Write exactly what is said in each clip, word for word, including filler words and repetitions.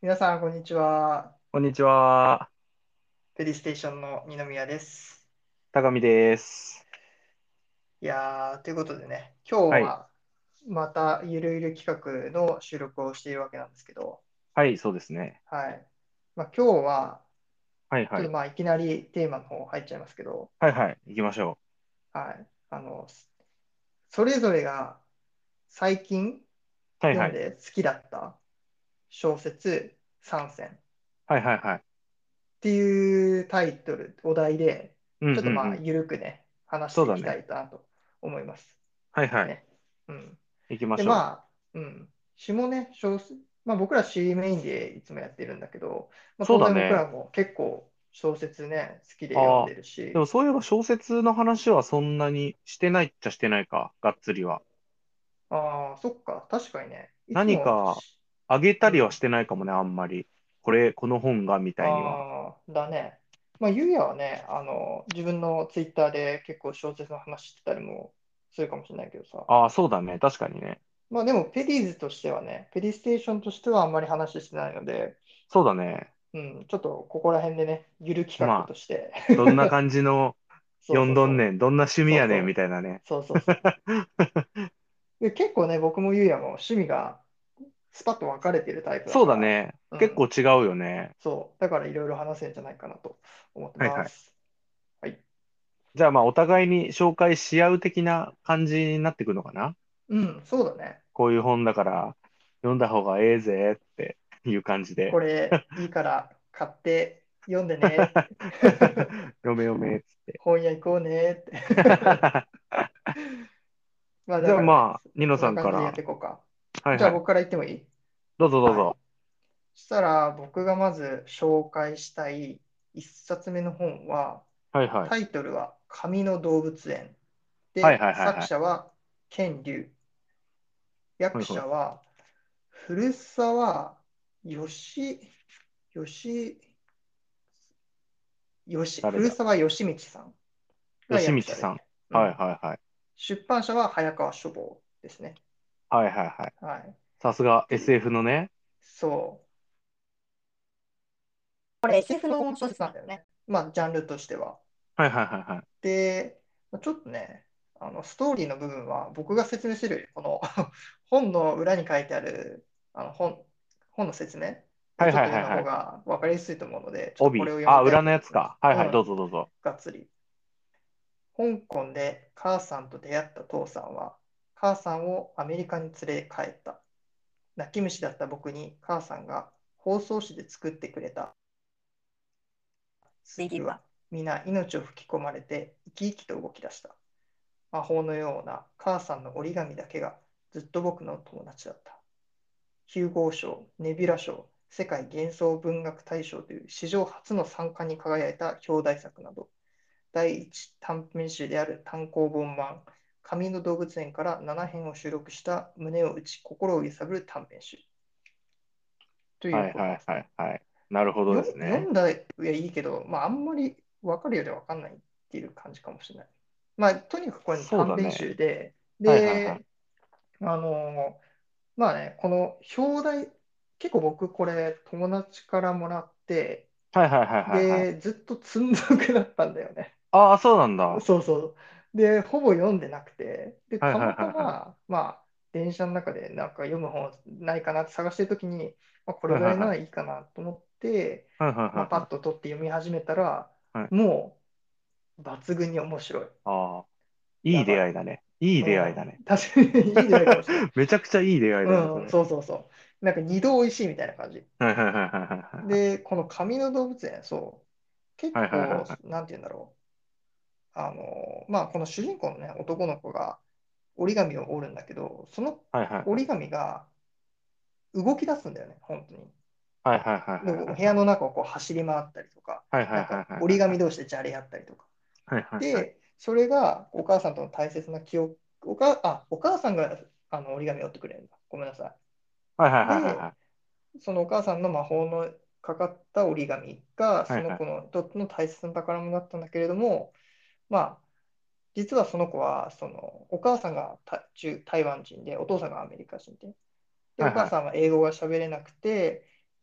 皆さん、こんにちは。 こんにちは。 ペリステーションの二宮です。 高見です。 いやー、ということでね、今日はい。 はまたゆるゆる企画の収録をしているわけなんですけど、 はい、そうですね。 はい。まあ、今日は、 はいはい。 ちょっとまあ、いきなりテーマの方入っちゃいますけど、 はいはい。行きましょはい。あの、それぞれが最近う。はいはい。 読んで好きだった小説さんせんっはいはいはい。 ていうタイトル、お題で、 うんうんちょっとまあ、 うん。 ゆるくね、話していきたそうだね。 いなと思います。 はいはい。 ね。うん。で、 行きましょまあ、うん。詩もね、小説、まあ僕ら詩メインでいつもやってるんだけど、 う。 まあ当然僕そうだね。 らも結構小説ね、好きで読んああ。 でるし、 でもそういえば小説の話はそんなにしてないっちゃしてないか。がっつりは。 ああ、そっか、確かにね、いつも何かし、 あげたりはしうん、 てないかもね、あんまり。これ、この本がみたいには。 ああ、だね。まあ、ゆうやはね、あの、自分のツイッターで結構小説の話してたりもするかもしれないけどさ、 ああ、そうだね。確かにね。 まあでも、ペディーズとしてはね、ペディステーションとしてはあんまり話してないので、 そうだね。 うん、ちょっとここら辺でね、ゆる企画まあ、 としてどんな感じのそう読そうそんどんねん、どんな趣う。 味やねん、みそうそたいなね。 う。そうそうそう。で、結構ね、僕もゆうやも趣味がスパッと分かれてるタイプだそうから、 だね。 うん。 結構違うよね。 そう。だからいろいろ話せるんじゃないかなと思ってはいはい。 ます。はい。 じゃあまあお互いに紹介し合う的な感じになってくるのかな。 うん、そうだね。 こういう本だから読んだ方がええぜっていう感じで。 これいいから買って読んでねって。 読め読めっつって。 本屋行こうねって。まあじゃあだからね、 まあ、ニノそんな感じでやってさんから。 いこうか。 はいはい。 じゃあ僕から言ってもいい？ どうぞどうはい。 ぞ。 そしたら僕がまず紹介したい一冊目の本は、 はいはい。 タイトルは紙の動物園はいで、作はいはいはい。 者はケン・リュウ、訳はいはい。 者は古澤よし、よし、よし、 誰だ？ 古澤義道さんが吉訳道さん。 されて、うはいん。 はいはい。 出版社は早川書房ですね。 はいはいはい。 はい。 さすがで、 エスエフ のね。 そう。これ エスエフ の小説なんだよね。まあ、ジャンルとしては。 はいはいはいはい。 で、ちょっとね、あのストーリーの部分は僕が説明するより、この本の裏に書いてあるあの本、本の説明をはいちょっと読んだはいはいはい。 方が分かりやすいと思うので、ちょっとこれ帯。あ、 を読みたい裏と思います。 のやつか。はいはい。どううん、 ぞどうぞ。 がっつり。香港で母さんと出会った父さんは、母さんをアメリカに連れ帰った。泣き虫だった僕に母さんが包装紙で作ってくれた水牛は皆命を吹き込まれて生き生きと動き出した。魔法のような母さんの折り紙だけがずっと僕の友達だった。ヒューゴー賞、ネビュラ賞、世界幻想文学大賞という史上初の参加に輝いた表題作など、第一短編集である単行本版、紙の動物園からなな編を収録した胸を打ち、心を揺さぶる短編集という本。 はいはいはいはい。なるほどでよすね。 読んだはいいけど、まあ、あんまり分かるようで分かんないっていう感じかもしれない。まあ、とにかくこれ短編そうだね。 集で、 はいはいはい。 で、あのまあね、この表題、結構僕これ友達からもらって、 はいはいはいはいはい。 で、ずっと積んどくだったんだよね。 ああ、そうなんだ。 そうそう。で、ほぼ読んでなくて、で、 はいはいたまたはいはい。 ま、まあ、電車の中でなんか読む本ないかなって探してるときに、まあ、これぐらいなはいはいはい。 らいいかなと思って、 はいはいまあ、 はいはい。 パッと取って読み始めたら、 はい。 もう抜群に面白い。 ああ、いいやばい。 出会いだね。いいうん。 出会いだね。 確かにいい出会いかもしれない。 めちゃくちゃいい出会いだね、そうん、 れ。 そうそうそう。なんか二度美味しいみたいな感じ。 はいはいはいはいはいはい。 で、この紙の動物園、そう、結はいはいはい構、 はい。 なんて言うんだろう。あの、まあ、この主人公のね、男の子が折り紙を折るんだけど、そのはいはいはい。 折り紙が動き出すんだよね、本当に。 はいはいはいで、 はいはい。 部屋の中をこう走り回ったりとか、 はいはいはいなんかはいはいはい。 折り紙同士でじゃれ合ったりとか。 はいはいはい。 で、それがお母さんとの大切な記憶、おか、あ、お母さんがあの折り紙を折ってくれるんだ。ごめんなさはいはいい。で、 はいはい。 そのお母さんの魔法のかかった折り紙が、そのはいはい。 子のとっての大切な宝物だったんだけれども、まあ、実はその子は、そのお母さんがた中台湾人で、お父さんがアメリカ人で、で、お母はいはい。 さんは英語が喋れなくて、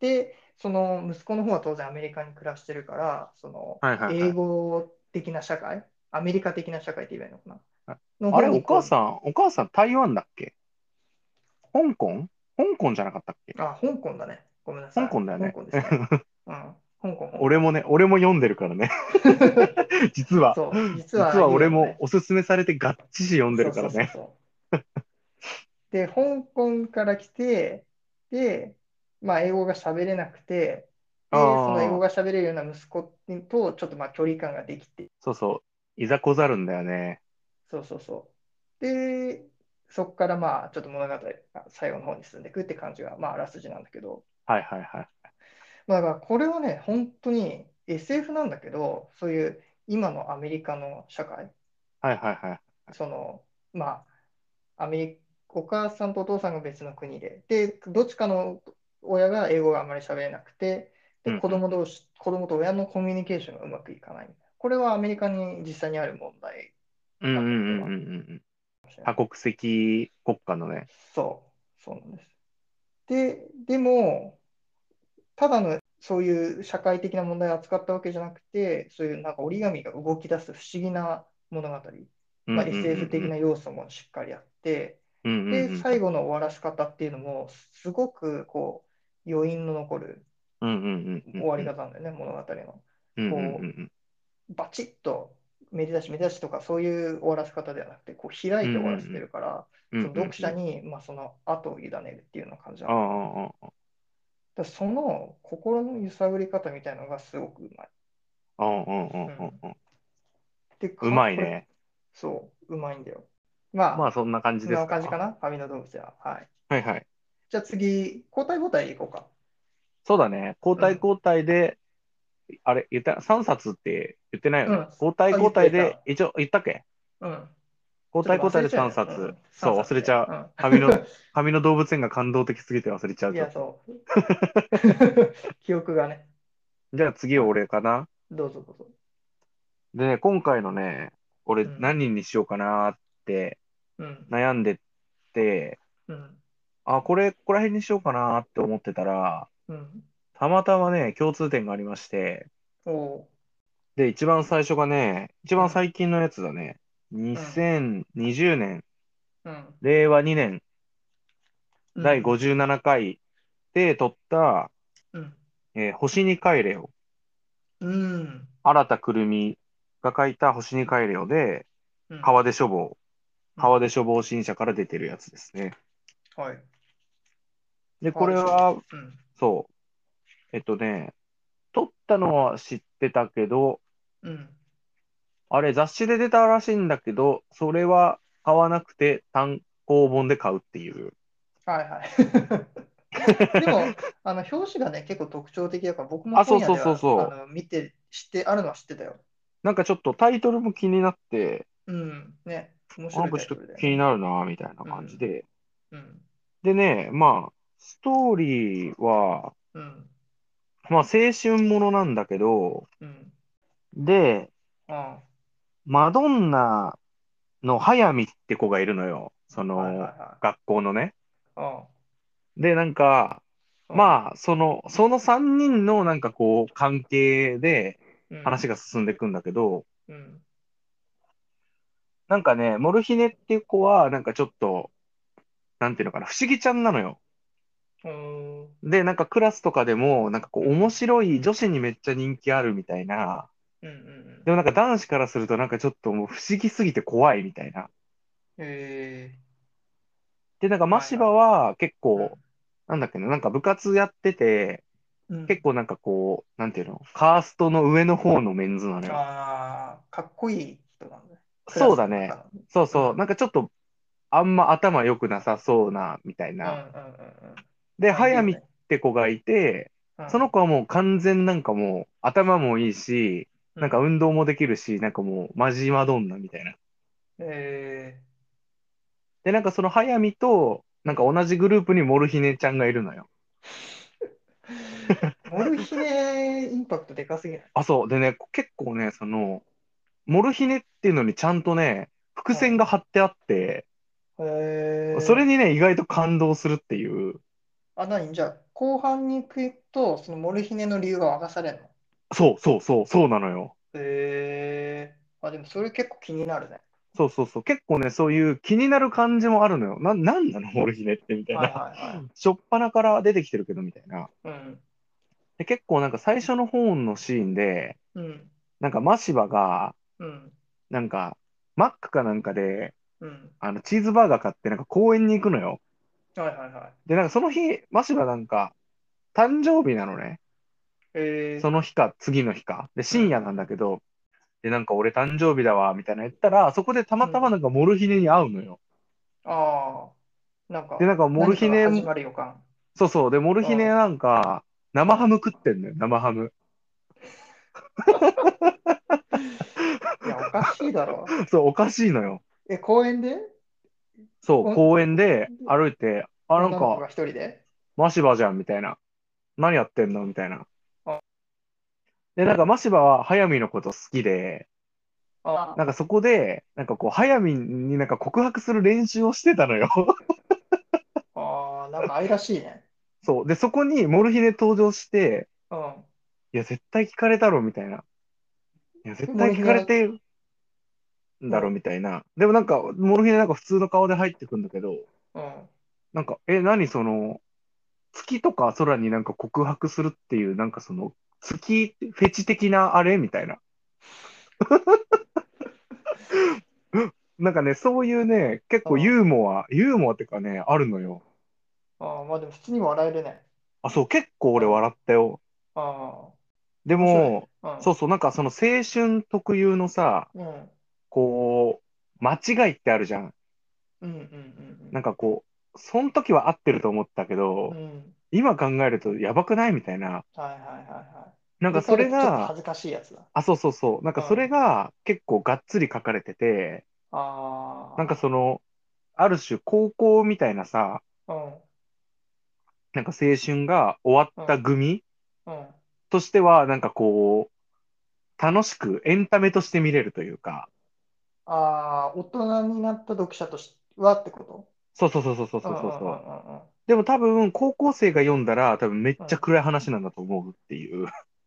で、その息子の方は当然アメリカに暮らしてるから、その英はいはいはい。 語的な社会、アメリカ的な社会って言えばいいのかなのあれ、お方にこう、 母さん、お母さん台湾だっけ？香港香港じゃなかったっけ？ あ、香港だね。ごめんなさい。香香港だよね。 港ですね。うん。香港、香港。 俺もね、俺も読んでるからね。実は、 そう、実は実は俺言うよね。 もおすすめされてがっちし読んでそうそうるからね。 そうそう。で、香港から来て、で、まあ、英語が喋れなくて、で、その英語ああ、 が喋れるような息子とちょっとまあ距離感ができて、 そうそう。いざこざるんだよね。 そうそうそう。で、そこからまあ、ちょっと物語が最後の方に進んでいくって感じが、まあ、あらすじなんだけど、 はいはいはい。 まあ、だからこれはね、本当に エスエフ なんだけど、そういう今のアメリカの社会、 はいはいはい。 その、まあ、アメリお母さんとお父さんが別の国で、で、どっちかの親が英語があまり喋れなくて、で、子うんうん。 供同士、子供と親のコミュニケーションがうまくいかない。これはアメリカに実際にある問題うんうんなのではうんうんうんうん。 かもしれない。 多国籍国家のね。 そう、そうなんです。で、でも、ただのそういう社会的な問題を扱ったわけじゃなくて、そういうなんか折り紙が動き出す不思議な物語、まあ、 うんうんうんうエスエフ 的なん。 要素もしっかりあって、 うんうで、 んうん最後の終わらせ方っていうのも、すごくこう余韻の残るうんうんうんうん終わりうん。 方なんだよね、物語の。 うんうんうんこうん。 う、バチッとめでたしめでたしとかそういう終わらせ方ではなくて、こう開うんいて終わらせてうんるから、 うん。 その読うんうんうん。 者に、まあ、その後を委ねるっていうような感じなあんだけど、 あ、ああ、 だからその心の揺さぶり方みたいなのがすごくうまい。 ああ、ああ、 うん。 ああ、ああ。 で、 うか、これ、 まいね。 そう、うまいんだよ。まあ、 まあそんな感じそんなですか？ 感じかな、ファミの動物は。はい。 はいはい。 じゃあ次、交代交代いこうか。 そうだね。交うん。 代交代で、あれ、言った、さんさつって言ってないよね。 うん。 交代あ、言交った言った。 代で、一応言ったっけ？ うん。 交ちょっと代交代で3 忘れちゃうよ。う冊。 ん。3 そう、忘冊で。 れちゃう。 うん。 紙の、紙の動物園が感動的すぎて忘れちゃう、 いや、 ちょっと。 そう。記憶がね。 じゃあ次まあ、 俺かな。 どうぞどうぞ。 でね、今回のね、俺うん。 何人にしようかなってうん。 悩んでて、 うん。 あ、これ、ここら辺にしようかなって思ってたら、 うん。 たまたまね、共通点がありまして、 おおで、一番最初がね、一う。うん。 番最近のやつだね。 うん。 にせんにじゅうねん、 うん。 れいわにねん、だいうん。 ごじゅうななかいで撮った、 うん。 えー星に帰れよ。 うん。 新田くるみが書いた星に帰れよで、 うん。 川出処方、 うん。 川出処方新社から出てるやつですね。 はい。 で、こ川でしょう。 れは、 うん。 そう、えっとね、撮ったのは知ってたけど、 うん。 あれ雑誌で出たらしいんだけど、それは買わなくて単行本で買うっていう。 はいはい。でも、あの、表紙がね、結構特徴的だから、僕もあ、そうそう本屋では、あそうその、見て、知って、あるのは知ってたよ。 う。なんかちょっとタイトルも気になって、 うん。ね。面あ、な白いタイんかちょっとトルだよね。 気になるな、みたいなうん。 感じで。 うん。 でね、まあ、ストーリーは、 うん。 まあ、青春ものなんだけど、 うん。 で、 あマドンナの速水って子がいるのよ。そあ。はいはいの、 はい。 学校のね。 あで、なんか、 あ。うん。 まあ、その、そのさんにんのなんかこう、関係でうん。 話が進んでいくんだけど、 うん。 なんかね、モルヒネっていう子は、なんかちょっと、なんていうのかな、不思議ちゃんなのよ。 うーん。 で、なんかクラスとかでも、なんかこう、面うん。 白い、女子にめっちゃ人気あるみたいな。 うん。うん。 でもなんか男子からするとなんかちょっともう不思議すぎて怖いみたいな。 えで、なんかー。 マシバはいはい。 は結うん。 構、なんだっけな、なんか部活やってて、 うん。 結構なんかこう、なんていうの、カーストの上の方のメンズなのよ。 ああ、かっこいい人なんだね。クラスそうだね。 の中の。 そうそう。なんうん。 かちょっとあんま頭良くなさそうな、みたいな。 うんうんうんうん。 で、 まあ、いる早見っよね。 て子がいて、 うん。 その子はもう完全なんかもう頭もいいし、なんかうん。 運動もできるし、なんかもうマジマドンナみたいな。 えで、なんかその早見と、 ー。うなんかん。 同じグループにモルヒネちゃんがいるのよ。 モルヒネ、インパクトでかすぎない？ あ、そう。でね、結構ね、その、モルヒネっていうのにちゃんとね、伏線がう張ってあって、 ん。えそれにね、意外と感動するっていう。 あ、何じゃあ、後半に行くと、そのモルヒネの理由が明かされるの？ そうそうそう、そうなのよ。 へえー。あ、でもそれ結構気になるね。 そうそうそう。結構ね、そういう気になる感じもあるのよ。な、なんなのモルヒネってみたいはいな。 はいはしょっぱなから出てきてるけどみたいな。 い。うん。 で、結構なんか最初の方のシーンで、 うん。 なんかマシバが、 うん。 なんか、マックかなんかで、 うん。 あの、チーズバーガー買ってなんか公園に行くのよ。 はいはいはで、なんかその日、マシバなんか、誕生日なのね。 い。へえその日か、次の日か。で、 ー。うん。 深夜なんだけど、で、なんか俺誕生日だわ、みたいな言ったら、そこでたまたまうん。 なんかモルヒネに会うのよ。 ああ、なんで、 かなんかモル何かヒネ、 が始まる予感。 そうそう、で、モルうん。 ヒネなんか、 うん。 生ハム食ってんのよ、生ハム。 いや、おかしいだろ。 そう、おかしいのよ。 え、公園でそう、 お、 公園でで歩いて、あ、なんか、 女の子が一人で？ マシバじゃん、みたいな。何やってんのみたいな。 あで、なんかマシバは速水のこと好きで、なんあ、 かそこで、なんかこう、速水になんか告白する練習をしてたのよ。 あー、なんか愛らしいね。 そう。で、そこにモルヒネ登場して、 うん。 いや、絶対聞かれたろ、みたいな。いや、絶で、モ対聞ルヒネは、 かれてるんだろ、 うん、 みたいな。でもなんか、モルヒネなんか普通の顔で入ってくんだけど、 うん。 なんか、え、何その、月とか空になんか告白するっていう、なんかその、月フェチ的なあれみたいな。なんかね、そういうね、結構うん。 ユーモア、ユーモアっていうかね、あるのよ。 ああ、まあでも普通に笑えるね。 あ、そう、結構俺うん。あ笑ったよ。 あ、 でも、 面白いね。うん。 そうそう、なんかその青春特有のさ、 うん。 こう、間違いってあるじゃん。 うん、うん、 なんかこう、その時は合ってると思ったけうん、うど、 ん。うん。 今考えるとやばくないみたいな。 はいはいはいはい。で、 なんかそかといってちょっとれが、 恥ずかしいやつだ。 あ、そうそうそう。なんかそれうん。 が結構がっつり書かれてて、なんかそあの、ある種高校みたいなさ、 あ、うん、 なんか青春が終わったうん、 組うん。 としては、なんかこう、楽しくエンタメとして見れるというか、 ああ、大人になった読者としてはってこと？ そうそうそうそうそううんうんうそうそう。 んうんでも多分、高校生が読んだら、多分めっうん。うん。 ちゃ暗い話なんだと思うっていう。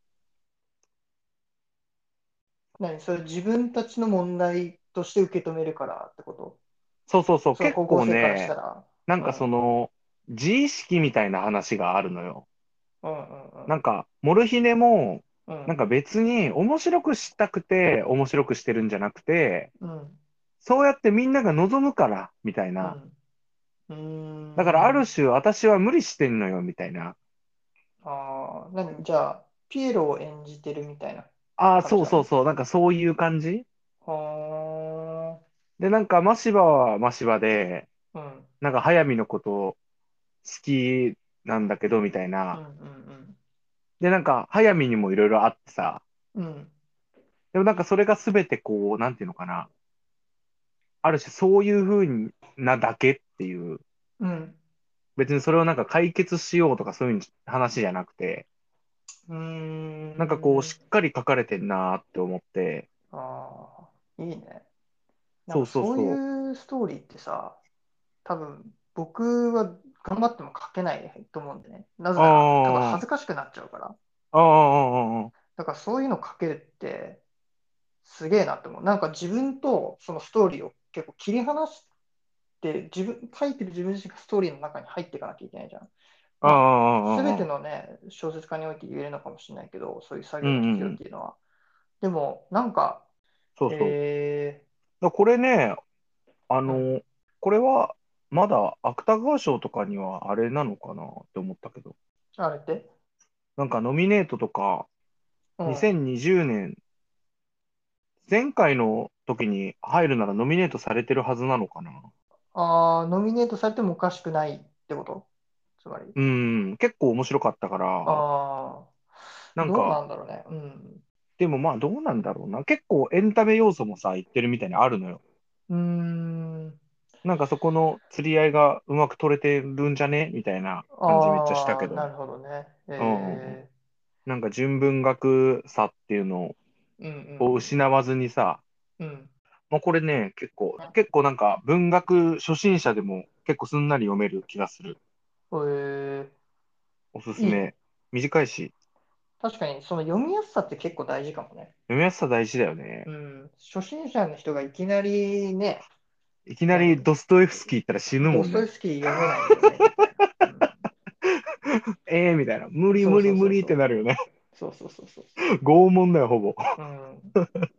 何それ自分たちの問題として受け止めるからってこと？ そうそうそう。 その結構高校生からしたね、 ら。 なんかそうん。 の、自意識みたいな話があるのよ。 うんうんなんか、モルヒネも、 うん。うん。 なんか別に面白くしたくて面白くしてるんじゃなくて、 うん。 そうやってみんなが望むから、みたいな。 うん。うーだからあるん。 種私は無理してんのよ、みたいな。 ああ、何じゃあ、ピエロを演じてるみたいなああ、 感じなの？ そうそうそう。なんかそういう感じはで、なんか、マシバはマシバで、 あ。うん。 なんか、速水のこと好きなんだけど、みたいな。 うんうんで、なんか、速水にもいろいろあってさ。 うん。うん。 でもなんか、それがすべてこう、なんていうのかな。ある種、そういう風なだけっていう。 うん。 別にそれをなんか解決しようとかそういう話じゃなくて、 うーなんかこう、 ん。 しっかり書かれてんなーって思って、 ああ、いいね。なんそうかそうそうそいうストーリーってさ、多分僕は頑張っても書けないと思うんでね。なう。 ぜなら多分ああ、 恥ずかしくなっちゃうから。 ああ、ああ、ああ、 だからそういうの書けるってすげえなって思う。なんか自分とそのストーリーを結構切り離して自分、書いてる自分自身がストーリーの中に入っていかなきゃいけないじゃん。 ああ、 まあ、すべああ、ああ、 てのね、小説家において言えるのかもしれないけど、そういう作うんう業が必んうん。 要っていうのは。でも、なんか、 そうそう。 えだこれね、あー、うん、 の、これは、まだ芥川賞とかにはあれなのかなって思ったけど、 あれってなんかノミネートとか、 うん。 にせんにじゅうねん、前回の時に入るならノミネートされてるはずなのかな。 ああ、ノミネートされてもおかしくないってことつまり。 うん、結構面白かったから、 ああ、どうななんか、 んだろうね。うん。 でもまあどうなんだろうな。結構エンタメ要素もさ、言ってるみたいにあるのよ。 うーん。 なんかそこの釣り合いがうまく取れてるんじゃねみたいな感じめっちゃしたああ、 けど。 なるほどね。 うんうんうん。 えなんか純文学さっていうのー、うんうをん失わずにさ、 うん。うん。 まあ、これね、結構、結構なんか文学初心者でも結構すんなり読める気がする。 えおすすー、いいめ。 ね。 短いし、 確かに、その読みやすさって結構大事かもね。 読みやすさ大事だよね。 うん。初心者の人がいきなりね、 いきなり何ドストエフスキー言ったら死ぬもんね。 ドストエフスキー読めないよね、みたいな。うん。 えーみたいな。無理そうそう無理無理っそうそてなるよね。 う。そうそうそうそうそ拷問だよ、ほぼ。 う。うん。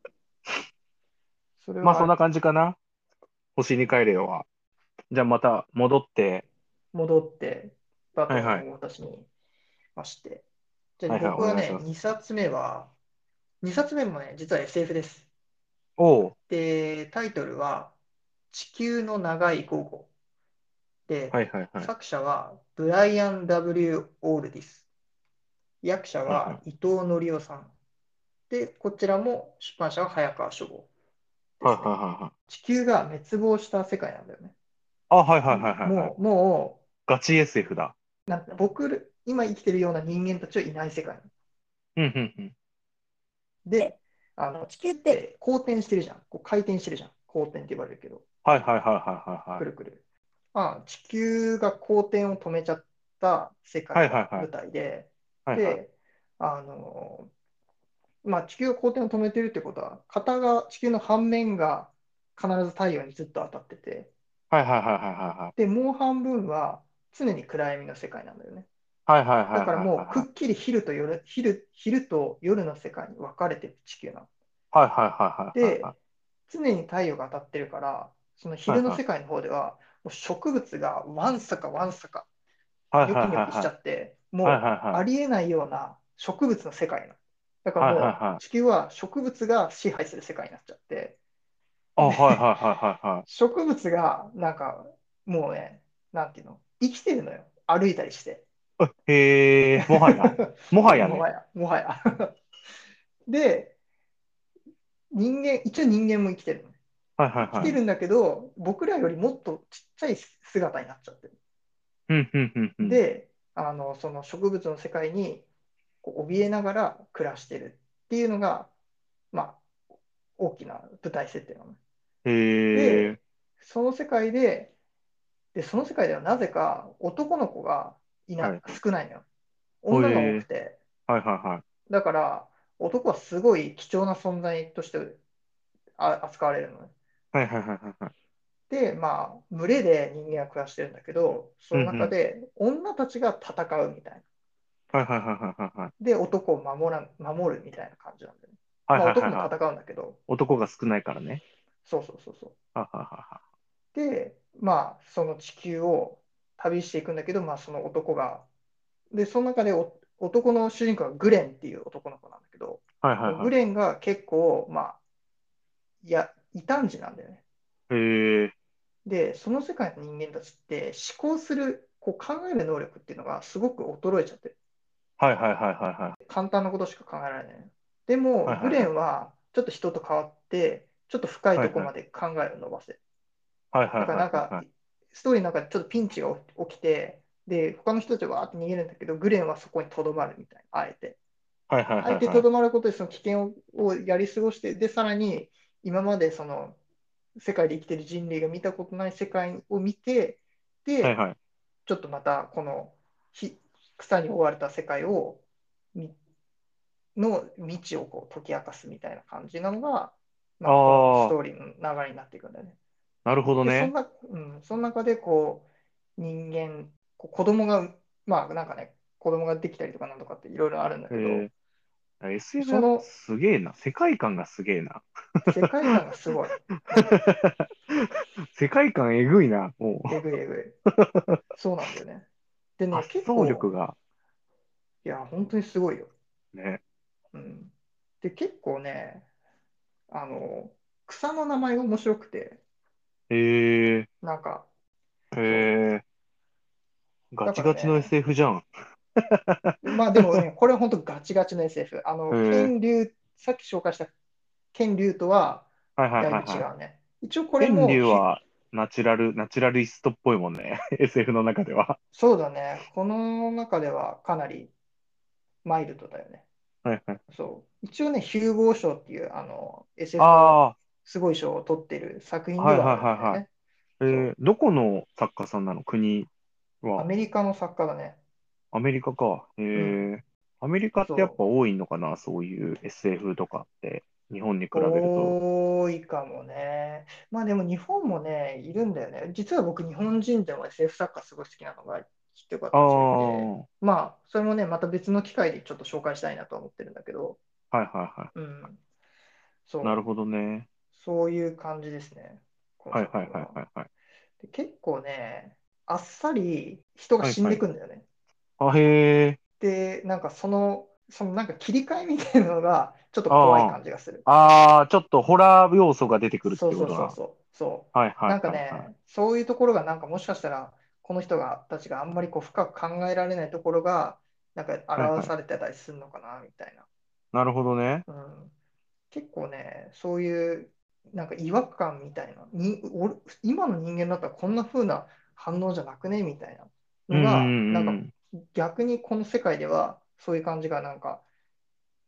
それまあ、 はある。 そんな感じかな。星に帰れよは。じゃあまた戻って、 戻って、バトはいはい。 ンを私にまして。じゃあはいはい、お僕はね、 願いします。 にさつめは、にさつめもね、実は エスエフ です。 おう。 で、タイトルは、地球の長い午後。で、 はいはいはい。 作者はブライアン・ダブリュー オールディス。役者はいはい。 は伊藤則夫さん。で、こちらも出版社は早川書房ではいはいすね。 はいはい。 地球が滅亡した世界なんだよね。 あ、はいはいはいはいはい。 もう、もガチ エスエフ だ。 う、なん僕、今生きてるような人間たちはいない世界。 うんうんうん。 で、あの地球って公転してるじゃん。こう回転してるじゃん。公転って言われるけど、 はいはいはいはいはいはい。 くるくる。まあ、地球が公転を止めちゃった世界が舞はいはいはい。 台で、 はいはい。 で、あの、まあ、地球が公転を止めてるってことは、片が、地球の半面が必ず太陽にずっと当たってて、 はいはいはいはいはい。 で、もう半分は常に暗闇の世界なんだよね。 はいはいはいはいだからもうくはい。 っきり昼と夜、昼、昼と夜の世界に分かれてる地球なの。 はいはいはいはいはい。 で、常に太陽が当たってるから、そのはいはい。 昼の世界の方では、もう植物がわんさかわんさか、 はいはいニョキニョキしちゃはいはい。 って、 はいもうはいはい。 ありえないような植物の世界なの。だからはいはいもうはい。 地球は植物が支配する世界になっちゃって、 あ、 で、 はいはいはいはいはい。 植物がなんかもうね、なんていうの、生きてるのよ。歩いたりして。 へえ、もはや。もはやね。 もはや、もはや。で、人間、一応人間も生きてるのね。 はいはいはい。 生きてるんだけど、僕らよりもっとちっちゃい姿になっちゃってる。 うん、うん、うん、うん。 で、あの、その植物の世界にこう怯えながら暮らしてるっていうのが、まあ、大きな舞台設定なのね。 へえ、 で、その世界で、で、その世界ではなぜか男の子がいな、 はい。 少ないのよ。 ほえ女が多くー、 て、 はいはいはい。 だから男はすごい貴重な存在としてあ扱われるのね。 はいはいはいはいはい。 で、まあ、群れで人間は暮らしてるんだけど、そのうんうん。 中で女たちが戦うみたいな。 はいはいはいはいはいはい。 で、男を守ら守るみたいな感じなんだよね。 はいまあ、 はいはいはい。 男も戦うんだけど、 男が少ないからね。 そうそうそうそう。 はいはいはいはい。 で、まあ、その地球を旅していくんだけど、まあ、その男が、で、その中でお男の主人公はグレンっていう男の子なんだけど、 はいはいはこのグレンが結構、まあ、いや、異端児なんだよね。 い。へえ、 で、その世界の人間たちって思考する、こう考える能力っていうのがすごく衰えちゃってる。 はいはいはいはいはい。 簡単なことしか考えられない。でも、グレはいはいはい。 ンはちょっと人と変わって、ちょっと深いはいはい。 ところまで考えを伸ばせ。 はいはいだからなんか、 はいはい。 ストーリーの中でちょっとピンチが起きて、で、他の人たちはわーって逃げるんだけど、グレンはそこにとどまるみたいな、あえて。 はいはいあえはいはい。 てとどまることでその危険を、をやり過ごして、で、さらに今までその世界で生きている人類が見たことない世界を見て、で、 はいはい。 ちょっとまたこのひ草に覆われた世界をみの未知をこう解き明かすみたいな感じなのが、まあ、このスああ、 トーリーの流れになっていくんだよね。 なるほどで、そんね。 な、うん、その中でこう人間、こう子供が、まあなんかね、子供ができたりとかなんとかっていろいろあるんだけど、 えー、エスエフ やっぱそのすげえな。世界観がすげえな。 世界観がすごい。うん、 世界観えぐいな、もえぐいえぐい。 う。 そうなんだよね。でね、 発想力結構、 が、 いや、本当にすごいよ。 ね。 うん。で、結構ね、あの、草の名前が面白くて、 えなんか、 ー、 そえー、 う。 ガだチガチのからね、 エスエフ じゃん。 まあでもね、これは本当ガチガチの エスエフ。あの、 えー、 剣竜、さっき紹介した剣竜とははいはいだいぶはいはい。 違うね。一応これ天もひ、 竜はナチュラル、ナチュラリストっぽいもんね。エスエフ の中では。 そうだね。この中ではかなりマイルドだよね。 はいはい。 そう。一応ね、ヒューゴー賞っていう、あの、エスエフ のあすごい賞を取ってる作あ、 品ではあはいはいはいはい。 るんだよね。 えー、 そどこの作家さんなの国うわ、 アメリカの作家だね。 アメリカか。へうん。 え。アメリカってやっぱそう。 多いのかな、そういう エスエフ とかって、日本に比べると。 多いかもね。まあでも日本もね、いるんだよね。実は僕、日本人でも エスエフ 作家すごい好きなのが人あたちがいあ、 て、 はまあ、それもね、また別の機会でちょっと紹介したいなとは思ってるんだけど、 いはいはい。 うん。そう。 なるほどね。 そういう感じですね。このはいはい作品は。 はいはいはい。 で結構ね、あっさり人が死んでいはいはい。 くんだよね。 あ、へえ。 で、なんかその、そのなんか切り替えみたいなのがちょっと怖いあ感じがする。 あ。ああ、ちょっとホラー要素が出てくるっそうそうてことだ。 そうそう。そはいう。なはいんかはいはい。 ね、そういうところがなんかもしかしたら、この人がたちがあんまりこう深く考えられないところが、なんかはいはい。 表されてたりするのかな、みたいな。 なるほどね。 うん。結構ね、そういうなんか違和感みたいな、に、俺今の人間だったらこんな風な反応じゃなくねみたいなうんのが、なんかうんうん。 逆にこの世界ではそういう感じがなんか、うん、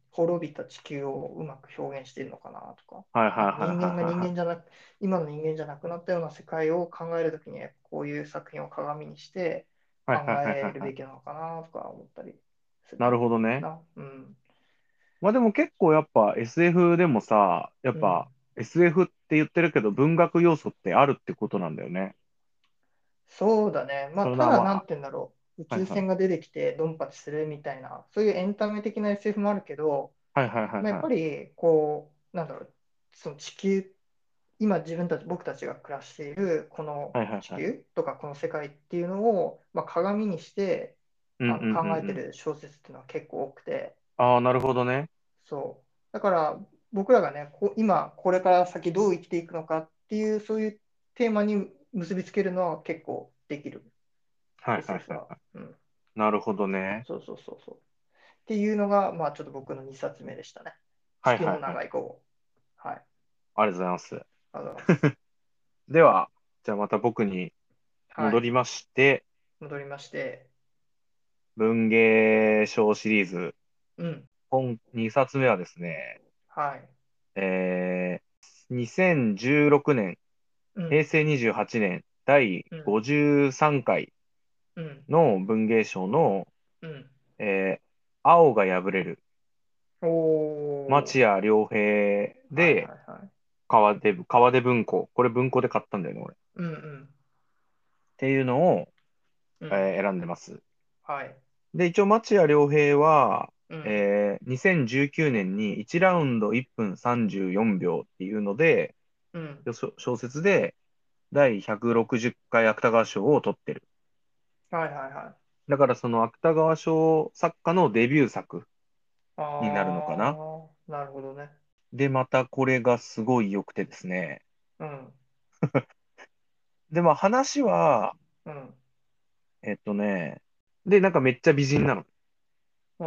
滅びた地球をうまく表現しているのかなとか、 はいはいなんかはいはい人間が人はいはい。 間じゃなく、今の人間じゃなくなったような世界を考えるときに、こういう作品を鏡にして考はいはいはいはいはい。 えるべきなのかなとか思ったりすなるるほどね。 な。うん。 まあでも結構やっぱ エスエフ でもさ、やっうん。 ぱ エスエフ って言ってるけど文学要素ってあるってことなんだよね。 そうだね。まあ、 それただ、なんはまて言うんだろう。宇あ、はいはい。 宙船が出てきてドンパチするみたいな、そういうエンタメ的な エスエフ もあるけど、 はいはいはいまあ、やっぱはい。 り、こう、なんだろう、その地球、今自分たち、僕たちが暮らしているこの地はいはいはい。 球とかこの世界っていうのを、まあ、鏡にしてうんうんうんあの考えうん。 てる小説っていうのは結構多くて、 ああ、なるほどね。 そう。だから僕らがね、こ今これから先どう生きていくのかっていう、そういうテーマに結びつけるのは結構できる、 はいはいエスエフ は。 はいはい。 うん。 なるほどね。 そうそうそうそう。っていうのが、まあちょっと僕のにさつめでしたね。地球のはいはいはい。 長い号。はい。 ありがとうございます。 ありがとうございます。 では、じゃあまた僕にはい。 戻りまして、 戻りまして、 文芸賞シリーズ、 うん。 本にさつめはですね、 はい。 えー、にせんじゅうろくねん、 うん。 平成にじゅうはちねん、だいうん。 ごじゅうさんかいうん。 の文芸賞の、 うん。 えー、青が破れる、 おー。 町屋良平はいで、 はいはい。 川出、川出文庫。これ文庫で買ったんだよね、俺。っうんうん。 ていうのを、 うん。 えー選んでます。 はい。 で、一応、町屋良平は、 うん。 えーにせんじゅうきゅうねんにいちラウンドいっぷんさんじゅうよんびょうっていうので、 うん。 小小説でだいひゃくろくじゅっかい芥川賞を取ってる。 はいはいはい。 だからその芥川賞作家のデビュー作になるのかあな。 ー、なるほどね。 で、またこれがすごい良くてですね。 うん。 で、まあ話は、 うん。 えっとね、で、なんかめっちゃ美人なの。 うん。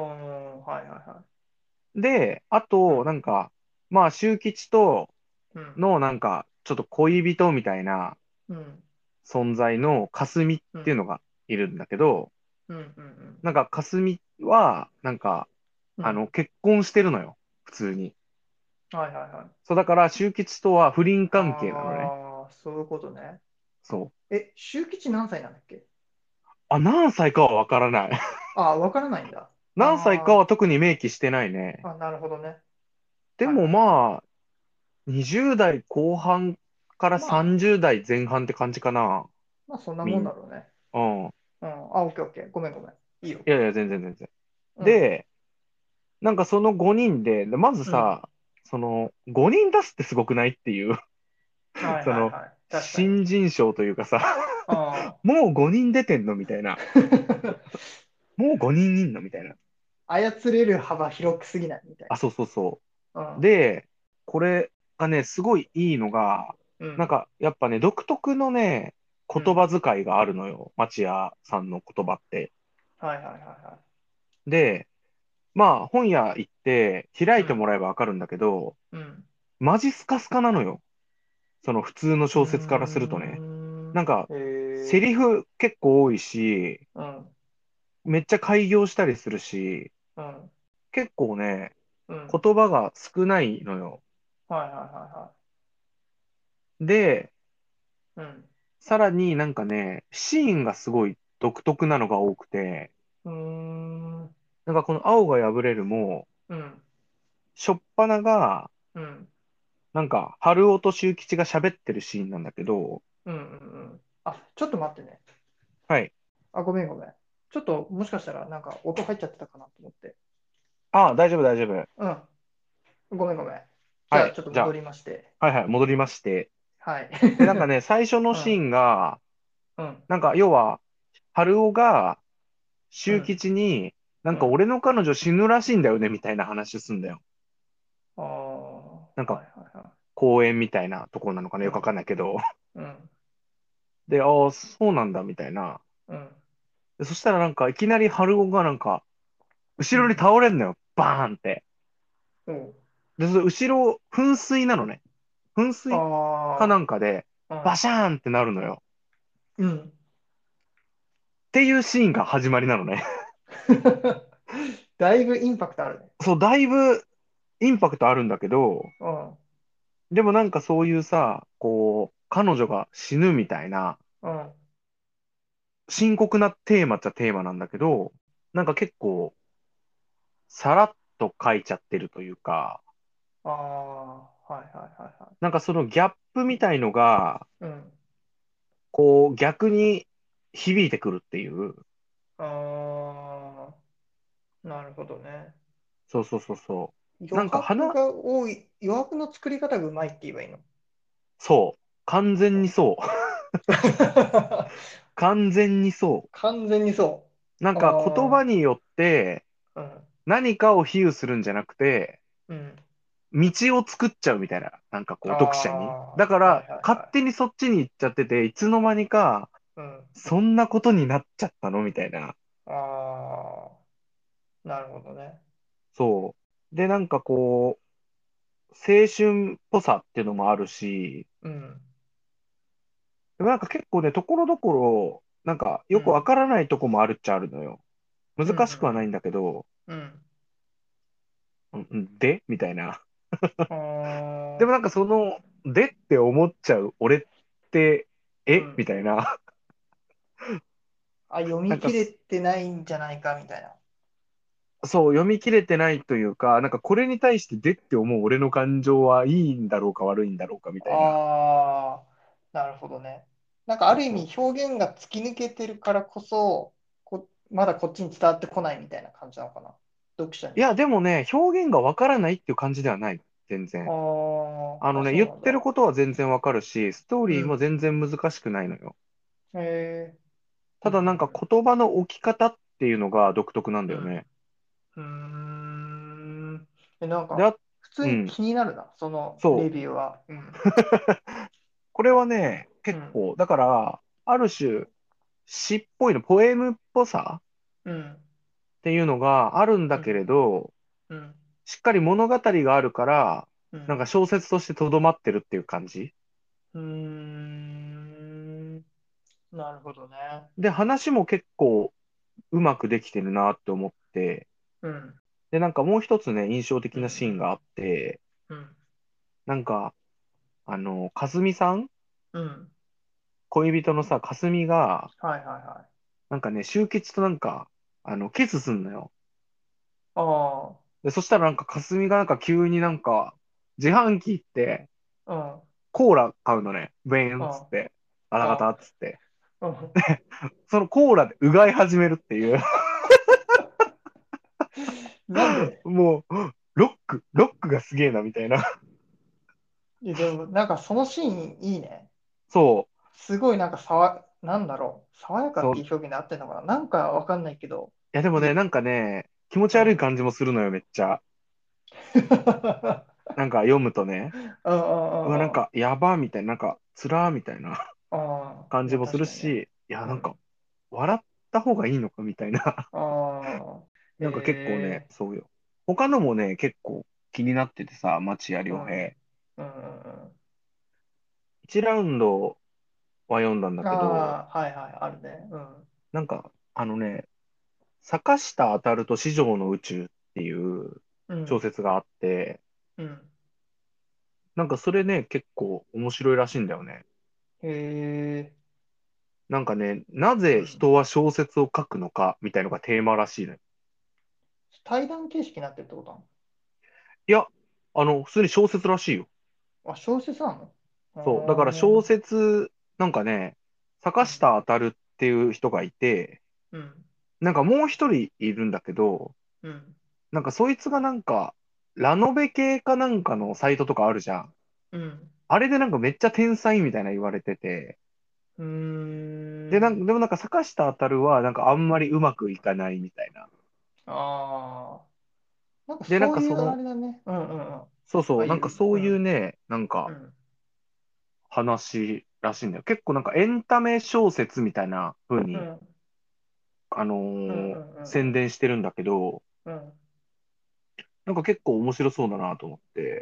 はいはいはで、あい。うと、 ん。 なんか、まあ、周吉とうん。 の、なんか、ちょっと恋人みたいなうん。 存在の霞っうん。 ていうのがいるんだけど、 うん。うん。 なんか、霞は、なんか、 うん。うん。 あの、結婚してるのよ。普通に。 はいはいはい。 そう、だから、周吉とは不倫関係なのね。 ああ、そういうことね。 そう。 え、周吉何歳なんだっけ？ あ、何歳かはわからない。 ああ、わからないんだ。 何歳かあは特に明記してないね。 ーあ、なるほどね。 でもはいはいはい。 まあ、にじゅう代後半からまあ、 さんじゅう代前半って感じかな。 まあそんなもんみん、 だろうね。 うん。 うん。あ、オッケーオッケー。ごめんごめん。いいよ。 いやいや、全然全然。 うん。 で、なんかそのごにんで、でまずうん。 さ、そのごにん出すってすごくないっていう、 はいそのはいはい。確かに。 新人賞というかさ、 あもうごにん出てんのみたいな。 あ。 もうごにんいんのみたいな。 操れる幅広くすぎないみたいあ、そうそうそな。 う。で、これがね、すごいいいのが、 うん。うん。 なんかやっぱね、独特のね、言うん。 葉遣いがあるのよ。町屋さんの言葉って。 はいはいはいはで、まあ本屋行って開い。 いてもらえばわかるんだけど、 うん。うん。 マジスカスカなのよ。その普通のうー小説からするとね。なん。 んか、 へえ。 セリフ結構多いし、 うん。 めっちゃ改行したりするし、 うん。 結構ね、 うん。 言葉が少ないのよ。 はいはいはで、 いはい。うん。 さらになんかね、シーンがすごい独特なのが多くて、 うーん。 なんかこの青が破れるも、 うん。 しょっぱなが、 うん。 なんか、春尾と修吉が喋ってるシーンなんだけど、 うん。うん。うん。あ、ちょっと待ってね。 はい。 あ、ごめんごめん。ちょっともしかしたらなんか音入っちゃってたかなと思って。 ああ、大丈夫大丈夫。 うん。ごめんごめん。じゃあはい。じゃちょっと戻りまして。 あ、はいはい、戻りまして。 はい。 で、なんかね、最初のうん。 シーンが、 うん。 なんか、要は、春尾が、修うん。 吉に、なんかうん。 俺の彼女死ぬらしいんだよね、みたいな話すんだよ。 ああ、 なんか、 はいはいは公園みたいなところなのかな、 い。うよくわかんん。 ないけど。 うん。 で、ああ、そうなんだ、みたいな。 うん。 で、そしたらなんか、いきなり春尾がなんか、後ろにうん。 倒れんのよ。バーンって。 おう。 で、それ後ろ、噴水なのね。噴水かなあんかで、バあ、 シャーンってなるのよ。 うん。うん。 っていうシーンが始まりなのね。 だいぶインパクトあるね。 そう、だいぶインパクトあるんだけど、 うん。 でもなんかそういうさ、こう、彼女が死ぬみたいな、 うん。 深刻なテーマっちゃテーマなんだけど、なんか結構、さらっと書いちゃってるというか、 ああ、はいはいはいはなんかそのギャップみたいのが、 い。うん。 こう、逆に響いてくるっていう。 ああ、なるほどね。 そうそうそうそう。 余なんか花、 白が多い、余白の作り方がうまいって言えばいいの？ そう。完全にそう。完全にそ完全にそう。なんう。 か言葉あによってあ、うん、 何かを比喩するんじゃなくて、 うん。 道を作っちゃうみたいな。なんかこう、 あ読者に。 あ、 だかはいら、勝はいはい。 手にそっちに行っちゃってて、いつの間にか、 うん。 そんなことになっちゃったのみたいな。 ああ、なるほどね。 そう。で、なんかこう、青春っぽさっていうのもあるし、 うん、 でもなんか結構ね、ところどころ、なんかよくわうん、 からないとこもあるっちゃあるのよ。 うん、 難しくはないんだけど、 うん、うん。 うんうんでみたいな。 ああ、 でもなんかその、でって思っちゃう俺って、えみうん。 たいな。 あ、読なんかみ切れてないんじゃないかみたいな。 そう、読み切れてないというか、なんかこれに対してでって思う俺の感情はいいんだろうか悪いんだろうかみたいな。 ああ、なるほどね。なんかある意そうそう。 味表現が突き抜けてるからこそ、こ、まだこっちに伝わってこないみたいな感じなのかな。読者に。 いや、でもね、表現がわからないっていう感じではない。全あ然。あーあ、 のね、言ってるそうなんだ。 ことは全然わかるし、ストーリーもうん。 全然難しくないのよ。 へえ。うただなんかん、 言葉の置き方っていうのが独特なんうん、 だよね。 うん。うーん。え、なんで、 か、 あ、 普通にうん、 気になるな、そのレそう。 ビューは。うん。 これはね、 うん。 結構、だから、ある種、詩っぽいの、ポエムっぽさうん。 っていうのがあるんだけれうん。 ど、 うん。 しっかり物語があるから、 うん。 なんか小説としてとどまってるっていう感じ。 うーん。なるほどね。 で、話も結構うまくできてるなって思って、 うん。 で、なんかもう一つね、印象的うん。うなシーンがあん。 って、 うん。 なんか、あの、かすみさんうん。 恋人のさ、かすみが、 はいはいはい。 なんかね、周吉となんか、あの、キスすんのよ。 あで、そしたらなんか、かすみがなんか急になんか、自販機行って、 あ。 コーラ買うのね。ブエーうん。 ンっうん。 つって、ガタガタあっつって。 うん。 そのコーラでうがい始めるっていう。 なんで？ もう、ロック、ロックがすげえな、みたいな。 え、でも、なんかそのシーンいいね。 そう。 すごいなんかさわ、なんだろう。爽やかそう。いっていう表現で合ってるのかな、なんかわかんないけど、 や、でもね、 いい。 なんかね、気持ちうん。 悪い感じもするのよ、めっちゃ。なんか読むとね、 うんうんううわ、なんんうん。 か、やば、みたいな、なんか、つらー、みたいなああ、まあ感じもす確かにね。 るし、いや、なんか、 うん。 笑った方がいいのか、みたいな。 ああ、 なんか結構ね、 へえ、 そうよ。他のもね、結構気になっててさ、町屋うん。 良平。 うんうんいちラウンドは読んだんだうん。あけど、 あ、はいはい、あるね。うん。 なんか、あのね、坂下当と四条の宇宙っていううん。 小説があって、 うん。 なんかそれね、結構面白いらしいんだよね。 へえ。 なんかね、なぜうん。 人は小説を書くのかみたいのがテーマらしいね。 対談形式になってるってこといや、あの、普通に小説らしいよ。 なの？あ、小説なの？ そう。だから小ああ説、なんかね、坂ー、うん。 下当っていう人がいて、 うん。 なんかもう一人いるんだけど、 うん。 なんかそいつがなんか、ラノベ系かなんかのサイトとかあるじゃん。 うん。 あれでなんかめっちゃ天才みたいな言われてて、 うーで、なんか、 ん。 でもなんか坂下渉はなんかあんまりうまくいかないみたいな。 ああ。なんかで、なんそういうあかその、 れだね。うんうんうん。あ、 そうそう、 いいよ。 なんかそういううん。 ね、なんかうん。 話らしいんだよ。結構なんかエンタメ小説みたいな風に、 うん。 あのうんうーんうん宣伝してるんだけど、 うん。うん。 なんか結構面白そうだなと思って、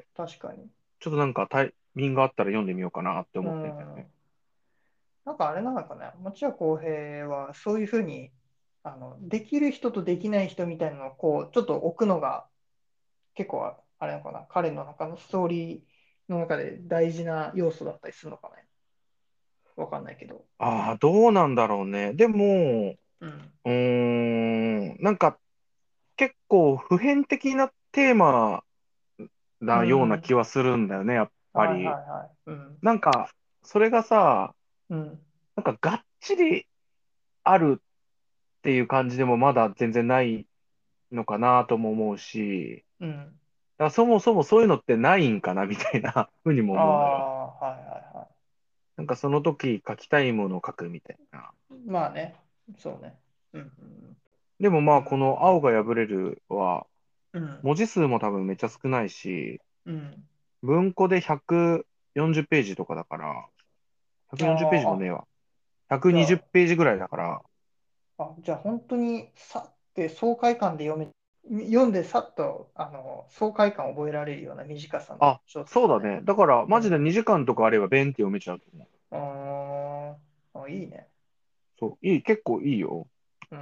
確かに。 ちょっとなんかタイミングがあったら読んでみようかなってう思ってんだよね。 ん。なんかあれなのかな。持谷幸平はそういうふうに、あの、できる人とできない人みたいなのをこう、ちょっと置くのが結構あれなのかな。彼の中のストーリーの中で大事な要素だったりするのかね。わかんないけど。 ああ、どうなんだろうね。でも、 うん。 うーん、なんか結構普遍的なテーマうなようなん。 気はするんだよね、やっぱはいはり。 いはい。うん。 なんか、それがさ、 うん。 なんかがっちりあるっていう感じでもまだ全然ないのかなとも思うし、 うん。 だからそもそもそういうのってないんかなみたいなふうにもあ思うのよ。 あ、はいはいはなんかその時書きたいものを書くみたいな。 い。まあね。そうね。うんでもまうんあこの青が破れるはうん。うん。 文字数も多分めっちゃ少ないし、 うん。 文庫でひゃくよんじゅうページとかだから、 あひゃくよんじゅうページもあ、あ、 ねえわ。120ペじゃあ、 ージぐらいだから、 あ、じゃあ本当にさって爽快感で読め、読んでさっと、あの、爽快感を覚えられるような短さのあ、 小説だね。 そうだね。だからマジでうん。 にじかんとかあればベンって読めちゃうと思う。 あーあ、いいね。 そう、いい、結構いいよ。 うん。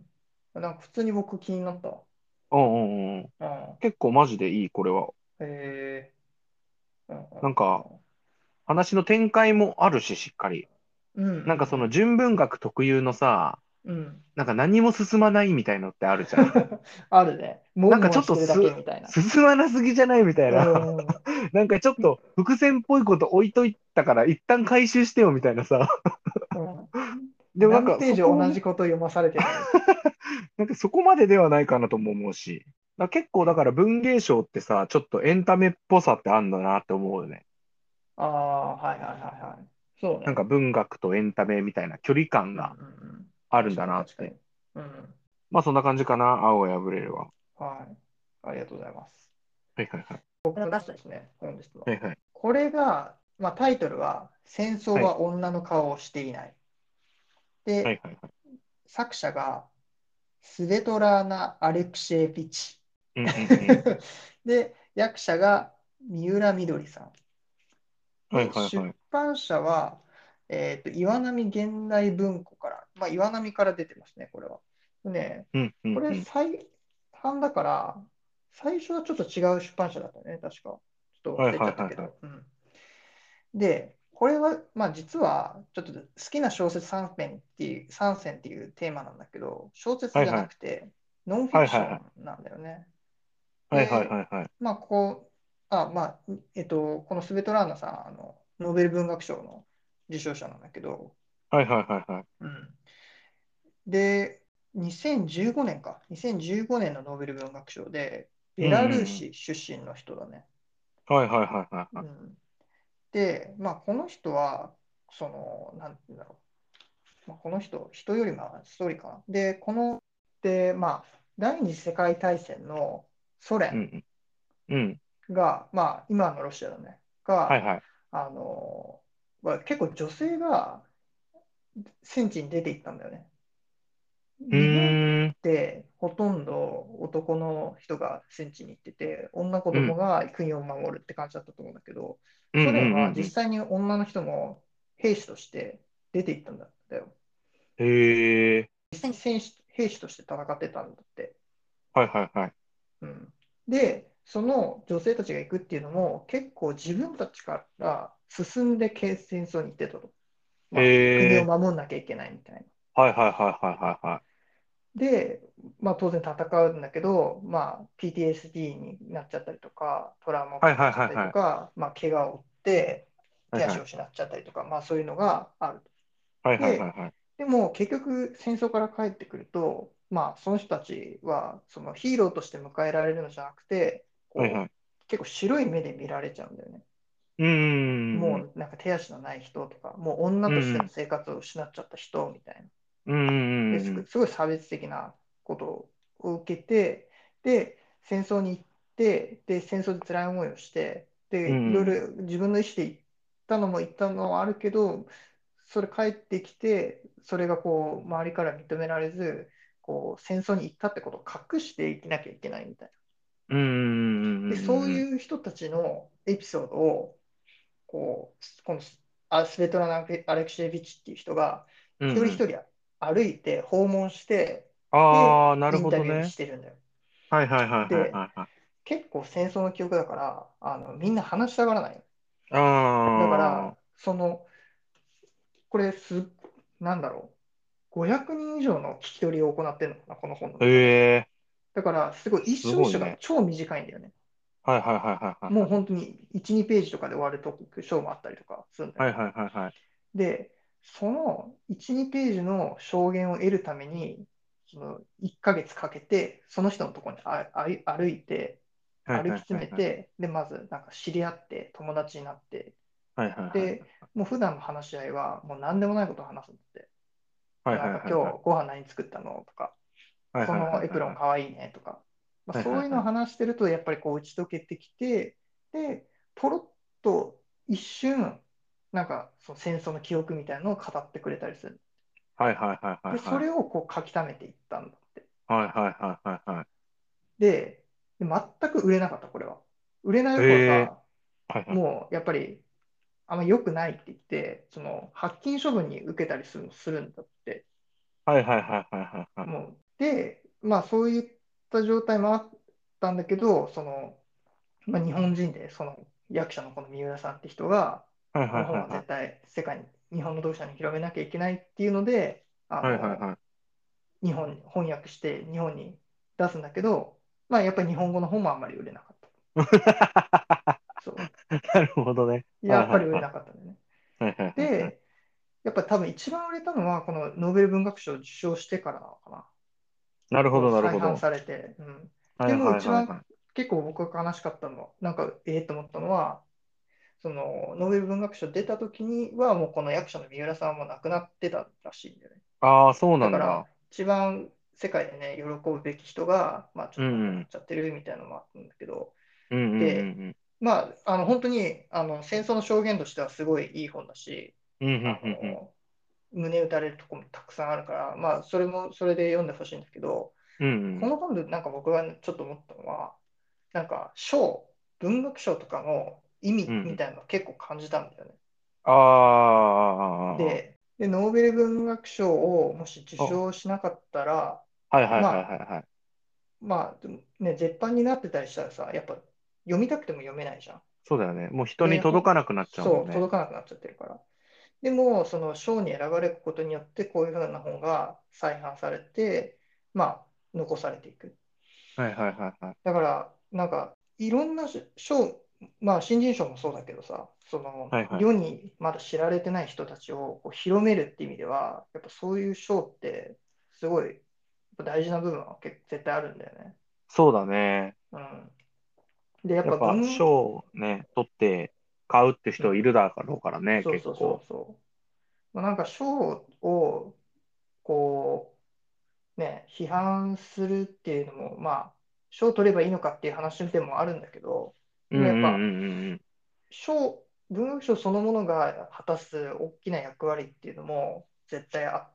なんか普通に僕気になったわ。 うんうんうん。 うん。 結構マジでいい、これは。 へえ。うんうんなんか、話の展開もあるし、しっかり。 うんうん。 なんかそのうん純文学特有のさ、 うんうん。 なんか何も進まないみたいのってあるじゃん。 あるね。もんなんかちょもんしてるだっとす、 けみたいな。 進まなすぎじゃないみたいうな。 ん。うんなんかちょっと伏線っぽいこと置いといたから一旦回収してよみたいなさ。でもなんか何ページそこも、 同じこと読まされてるのに。 なんかそこまでではないかなとも思うし。だから結構だから文芸賞ってさ、ちょっとエンタメっぽさってあんだなって思うよね。 ああ、はいはいはいはい。そうね。 なんか文学とエンタメみたいな距離感うんうんがうん。 あるん確かだなって。 に確かに。うん。 まあそんな感じかな、青が破れるは。 はい。ありがとうございます。 はいはいはい。 僕の出したですね、本日の。 はいはい。 これが、まあ、タイトルは、戦争はい。 は女の顔をしていない。で、 はいはいはい。 作者がスベトラーナ・アレクシェーピチ。 うんうんうん。 で、役者が三浦みどりさん。 はいで、出はいはい。 版社は、えっと、岩波現代文庫から、まあ、岩波から出てますね、これは。ね、 うんうこれんうん。 再版だから、最初はちょっと違う出版社だったね、確か。ちょっとはい忘れちゃったけはいはいはい。 ど。うん、で、これは、まあ、実は、ちょっと好きな小説さん編っていう、さん選っていうテーマなんだけど、小説じゃはいはい。 なくて、ノンフィクショはいはいはい。 ンなんだよね。 はいはいで、 はいはい。 まあ、こう、あ、まあ、えっと、このスベトラーナさん、あの、ノーベル文学賞の受賞者なんだけど、 はいはいはいはい。 うん。で、にせんじゅうごねんか、にせんじゅうごねんのノーベル文学賞で、 うんベラルーうんうん。 シ出身の人だね。 はいはいはいはいはい。 うん、で、まあ、この人は、その、なんていうんだろう、まあ、この人、人よりもストーリーかな。で、この、で、まあ、第二次世界大戦のソ連うんうん。うん。 が、まあ、今のロシアだね、が、 はいはい。 あの、まあ結構女性が戦地に出ていったんだよね。 う日本っーん。 てほとんど男の人が戦地に行ってて、女子うん。 供が国を守るって感じだったと思うんだけど、 うんうんソ連はうんうん。 実際に女の人も兵士として出て行ったんだよ。 へえ。 実際に戦士兵士として戦ってたんだって。 はいはいはい。 うん、で、その女性たちが行くっていうのも結構自分たちから進んで戦争に行ってたと。 まあ、国をへえ。 守んなきゃいけないみたいな。 はいはいはいはいはいはい。 で、まあ、当然戦うんだけど、まあ、ピーティーエスディー になっちゃったりとか、トラウマをはい食らっちゃったりはいはいはい。 とか、まあ、怪我を負ってはいはい。 手足を失っちゃったりとか、まあ、そういうのがある。 はいはいはいで、 はい。 でも結局戦争から帰ってくると、まあ、その人たちはそのヒーローとして迎えられるのじゃなくて、こはいはい。 う結構白い目で見られちゃうんだよね。 うーん。 もうなんか手足のない人とか、もう女としてのうん。 生活を失っちゃった人みたいな。 うん。 で、 うん。 すすごい差別的なことを受けて、で、戦争に行って、で、戦争で辛い思いをして、 うで、いろいん。 ろ自分の意思で行ったのも行ったのはあるけど、それ帰ってきて、それがこう、周りから認められず、こう、戦争に行ったってことを隠して生きなきゃいけないみたいな。 うん。 で、そううん。 いう人たちのエピソードを、こう、このあスベトラナ・アレクシェービッチっていう人が、 うん。うん。 一人一人歩いて訪問して、で、 ああ、なるインタビューほどね。 してるんだよ。 はいはいはいはいで、 はいはい。 結構戦争の記憶だから、あの、みんな話したがらないよ。だかあら、その、これすっ、なんだろう、ごひゃくにん以上の聞き取りを行ってるのかな、この本のあ、へ中で。 え、 だから、すごい一章一章がすごいね。 超短いんだよね。 はいはいはいはいはいはい。 もう本当にいち、にページとかで終わるトークショーもあったりとかするんだけど。 はいはいはいはい。 で、そのいち、にページの証言を得るために、そのいっかげつかけて、その人のところにああ歩いて、 はい歩き詰はいはいはい。 めて、で、まずなんか知り合って、友達になって、 はいはいはいで、もう普段の話し合いは、もう何でもないことを話すんだって。 はいなんかはいはいはい。 今日ご飯何作ったのとか、 はいはいそのエプはいはいはい。 ロンかわいいねとか、まあ、 はいはいそういうのをはい。 話してると、やっぱりこう打ち解けてきて、で、ポロッと一瞬、なんかその戦争の記憶みたいなのを語ってくれたりする。 はいはいはいはいで、そはい。 れをこう書き溜めていったんだって。 はいはいはいはいはい。 で、で全く売れなかった、これは。売れないどころへえ、 か、 はいはい。 もうやっぱりあんま良くないって言って、その発禁処分に受けたりするするんだって。 はいはいはいはいはいはい。 もうで、まあそういった状態もあったんだけど、その、まあ、日本人でその役者のこの三浦さんって人が、 はいこの本はいはいはい。 は絶対世界に、日本の読者に広めなきゃいけないっていうので、あの、 はいはいはい。 日本に翻訳して日本に出すんだけど、まあやっぱり日本語の本もあんまり売れなかった。そなるほどね。 う。やはいはいはい。 っぱり売れなかったんだよね。 はいはいはいはい。 で、やっぱ多分一番売れたのは、このノーベル文学賞を受賞してからなのかな。こうなるほどなる再販ほど。 されて。うん、ではいも一番はいはいはい。 結構僕が悲しかったのは、なんかええと思ったのは、そのノーベル文学賞出た時にはもうこの役者の三浦さんはもう亡くなってたらしいんだよね。 ああ、そうなだからんだ。 一番世界でね、喜ぶべき人が、まあ、ちょっと亡くなっうん。 ちゃってるみたいなのもあったんだけど、 うんうんで、 うんまあ、あの本当にあの戦争の証言としてはすごいいい本だし、 うん。うんあうんうんの胸打たれるところもたくさんあるから、まあ、それもそれで読んでほしいんだけど、 うん。うんうん。 この本でなんか僕がちょっと思ったのは、なんか賞、文学賞とかの意味みうん。 たいなのを結構感じたんだよね。 ああ、 で、で、ノーベル文学賞をもし受あ、 賞しなかったら、 はいはいはいまあ、 はいはい。 まあ、でもね、絶版になってたりしたらさ、やっぱ読みたくても読めないじゃん。 そうだよね。もう人にで、ほ届かなくなっちゃうもそう、 んね。 届かなくなっちゃってるから。でも、その賞に選ばれることによって、こういうふうな本が再販されて、まあ、残されていく。 はいはいはいはい。 だから、なんか、いろんな賞、まあ、新人賞もそうだけどさ、その、 はいはい。 世にまだ知られてない人たちをこう広めるっていう意味では、やっぱそういう賞って、すごい、やっぱ大事な部分は結絶対あるんだよね。 そうだね。 うん。で、やっやっぱぱ文、 賞をね、取って買うってうん、 人いるだろうからね、 そうそうそ結構。 うそう。まあ、なんか賞を、こう、ね、批判するっていうのも、まあ、賞を取ればいいのかっていう話でもあるんだけど、 うんでもやっぱ、 うんうんうん賞、文学賞そのものが果たす大きな役割っていうのも絶対あって、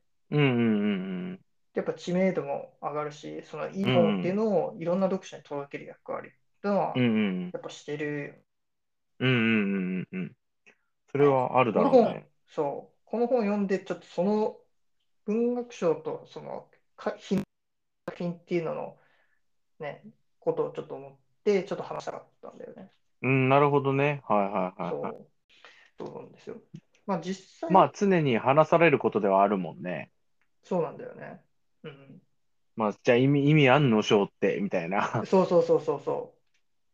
うん。うんうんうんやっぱ知名度も上がるし、そのいいうん。 本っていううんのをいろんな読者に届ける役割っていうのうん。 は、 うんうん。 やっぱしてるうんうんうんうんうん。それね。 はあるこの本、 だろうね。 そう、この本を読んで、ちょっとその文学賞とそのか品品っていうののね、ことをちょっと思って、ちょっと話したかったんだよね。 うん、なるほどね。はいはいはいはい。 そう、そうなんですよ。 まあ実際、 まあ常に話されることではあるもんね。 そうなんだよね。うん。 まあ、じゃあ意味、意味あんのショーって、みたいな。 そうそうそうそうそう。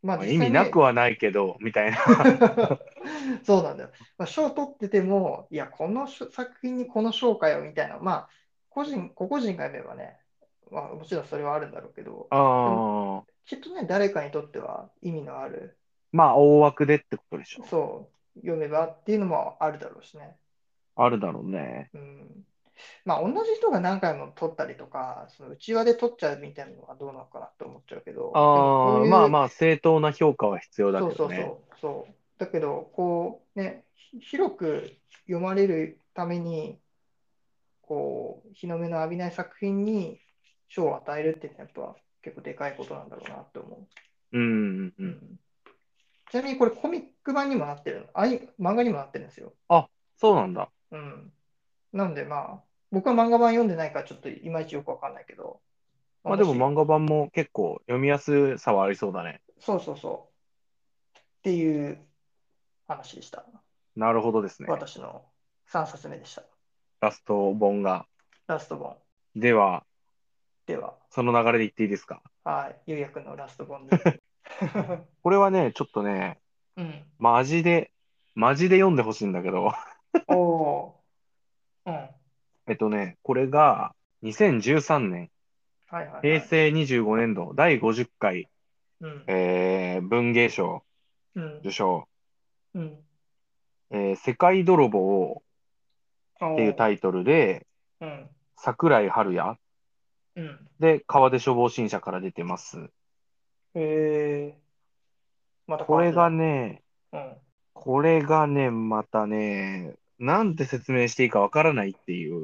まあまあ、 実意味なく際ね、 はないけど、みたいな。 そうなんだよ。まあ、賞取ってても、いや、この賞作品にこの賞かよみたいな、まあ、個人、個々人が読めばね、まあ、もちろんそれはあるんだろうけど、でも、 ああ、 きっとね、誰かにとっては意味のある、 まあ、大枠でってことでしょ。 そう、読めばっていうのもあるだろうしね。 あるだろうね。 うん。まあ、同じ人が何回も取ったりとか、その内輪で取っちゃうみたいなのはどうなのかなって思っちゃうけど、でもこうああ、まあいう、 まあ、正当な評価は必要だそうけどね。 そうそう、そう。だけど、こう、ね、ひ広く読まれるために、こう、日の目の浴びない作品に賞を与えるっていうのはやっぱ結構でかいことなんだろうなって思うん、うう。うん。 ん。ちなみにこれコミック版にもなってるの、あい、漫画にもなってるんですよ。 あ、そうなんだ。 うん。なんでまあ、僕は漫画版読んでないからちょっといまいちよくわかんないけど、まあ、 まあでも漫もし、 画版も結構読みやすさはありそうだね。 そうそうそうっていう話でした。 なるほどですね。 私のさんさつめでした。 ラスト本が。 ラスト本。 では、 では、 その流れで言っていいですか？ はい、ゆうやくんのラスト本に。 これはね、ちょっとね、 うん。 マジで、マジで読んでほしいんだけど、 おー。うん。はいえっとね、これがにせんじゅうさんねん、 はいはい。 平成にじゅうごねん度だいごじゅっかい、 うん。 えー文芸賞うん。 受賞、 うん。 えー世界泥棒おっていうタイー。 トルで、 うん。 桜井春也うん。 で、川出処方新社から出てます。 へえ、また変これがわってた。 ね、 うん。 これがね、またね、なんて説明していいかわからないっていう。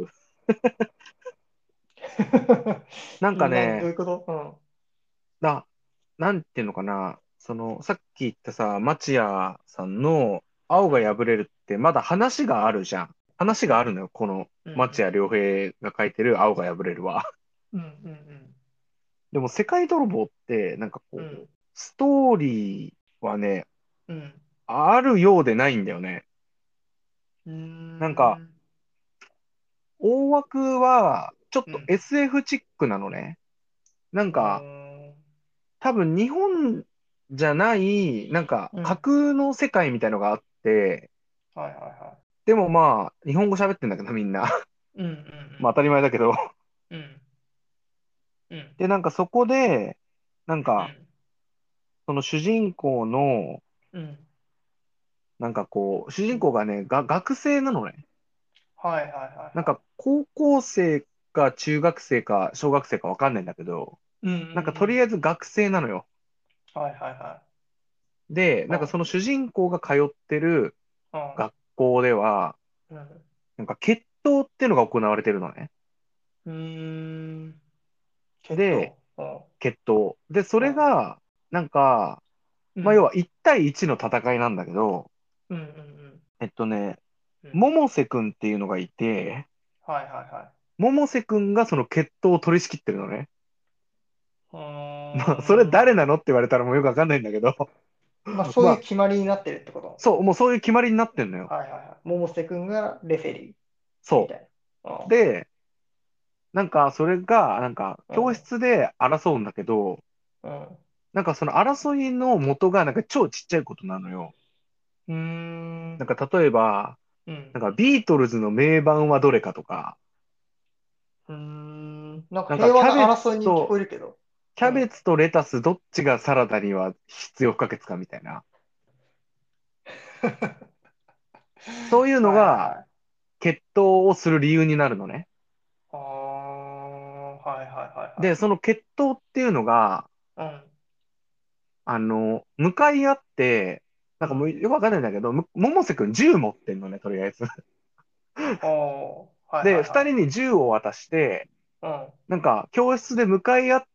なんか何、どういね、 うことな、なんていうのかな、その、さっき言ったさ、町屋さんの青うん。うん。 が破れるってまだ話があるじゃん。話うん。 があるのよ、このうん。 町屋良平が書いてる青が破れるは。 うん。うん。 でも世界泥棒って、なんかこう、 うん。 ストーリーはね、 うん。 あるようでないんだよね。 うなんか、 ん。 大枠は、ちょっとうん。 エスエフ チックなのね。なんうか、 ん。 多分日本じゃない、なんか架うん。 空の世界みたいのがあって、 はいはいはでもまあ、日本語喋ってんだけどみんな。 い。うん。うまあ当ん。 たり前だけど。 うん。うん。うん。 で、なんかそこで、なんか、 うん。 その主人公の、 うん。 なんかこう、主うん。 人公がね、が、学生なのね。 はいはいはいはなんか高校生か中学生か小学生かわかんないんだけど、 い。うん。うん。 なんかとりあえず学生なのよ。 はいはいはで、 い。 なんかその主人公が通ってるうん。 学校では、 うん。 なんか決闘っていうのが行われてるのね。 うん。うーん。血で、 統。うん。 決闘。で、そうん。 れが、なんか、まあ、要うん。 はいち対いちの戦いなんだけど、 うん。うん。 えっとね、 うん。 百瀬くんっていうのがいて、 はいはいはい。 百瀬くんがその決闘を取り仕切ってるのね。 うまあ、それーん。 誰なのって言われたらもうよくわかんないんだけど、 まあ、そういうまあ、 決まりになってるってことそう、もうそういう決まりになってんのよ。 はいはいはい。百瀬くんがレフェリーみそたいな。 う。で、なんか、それが、なんか、 うん。 教室で争うんだけど、 うん。 なんかその争いの元が、なんか超ちっちゃいことなのよ。 うん。うーん。 なんか、例えば、 うん。 なんか、ビートルズの名盤はどれかとか、 うーん。なんかなんか、 平和なキャベ争いに聞こツと、 えるけど。 キャベうん。 ツとレタスどっちがサラダには必要不可欠かみたいな。そういうのはいはいが、 はい。 決闘をする理由になるのね。 ああ、はいはいはいはで、その決闘っていうのが、 い。うん。 あの、向かい合って、なんかもううん。 よくわかんないんだけど、む百瀬くん銃持ってんのね、とりあえず。 おー、はいで、 はいは二人に銃を渡して、 い。 なんか教室で向かい合って、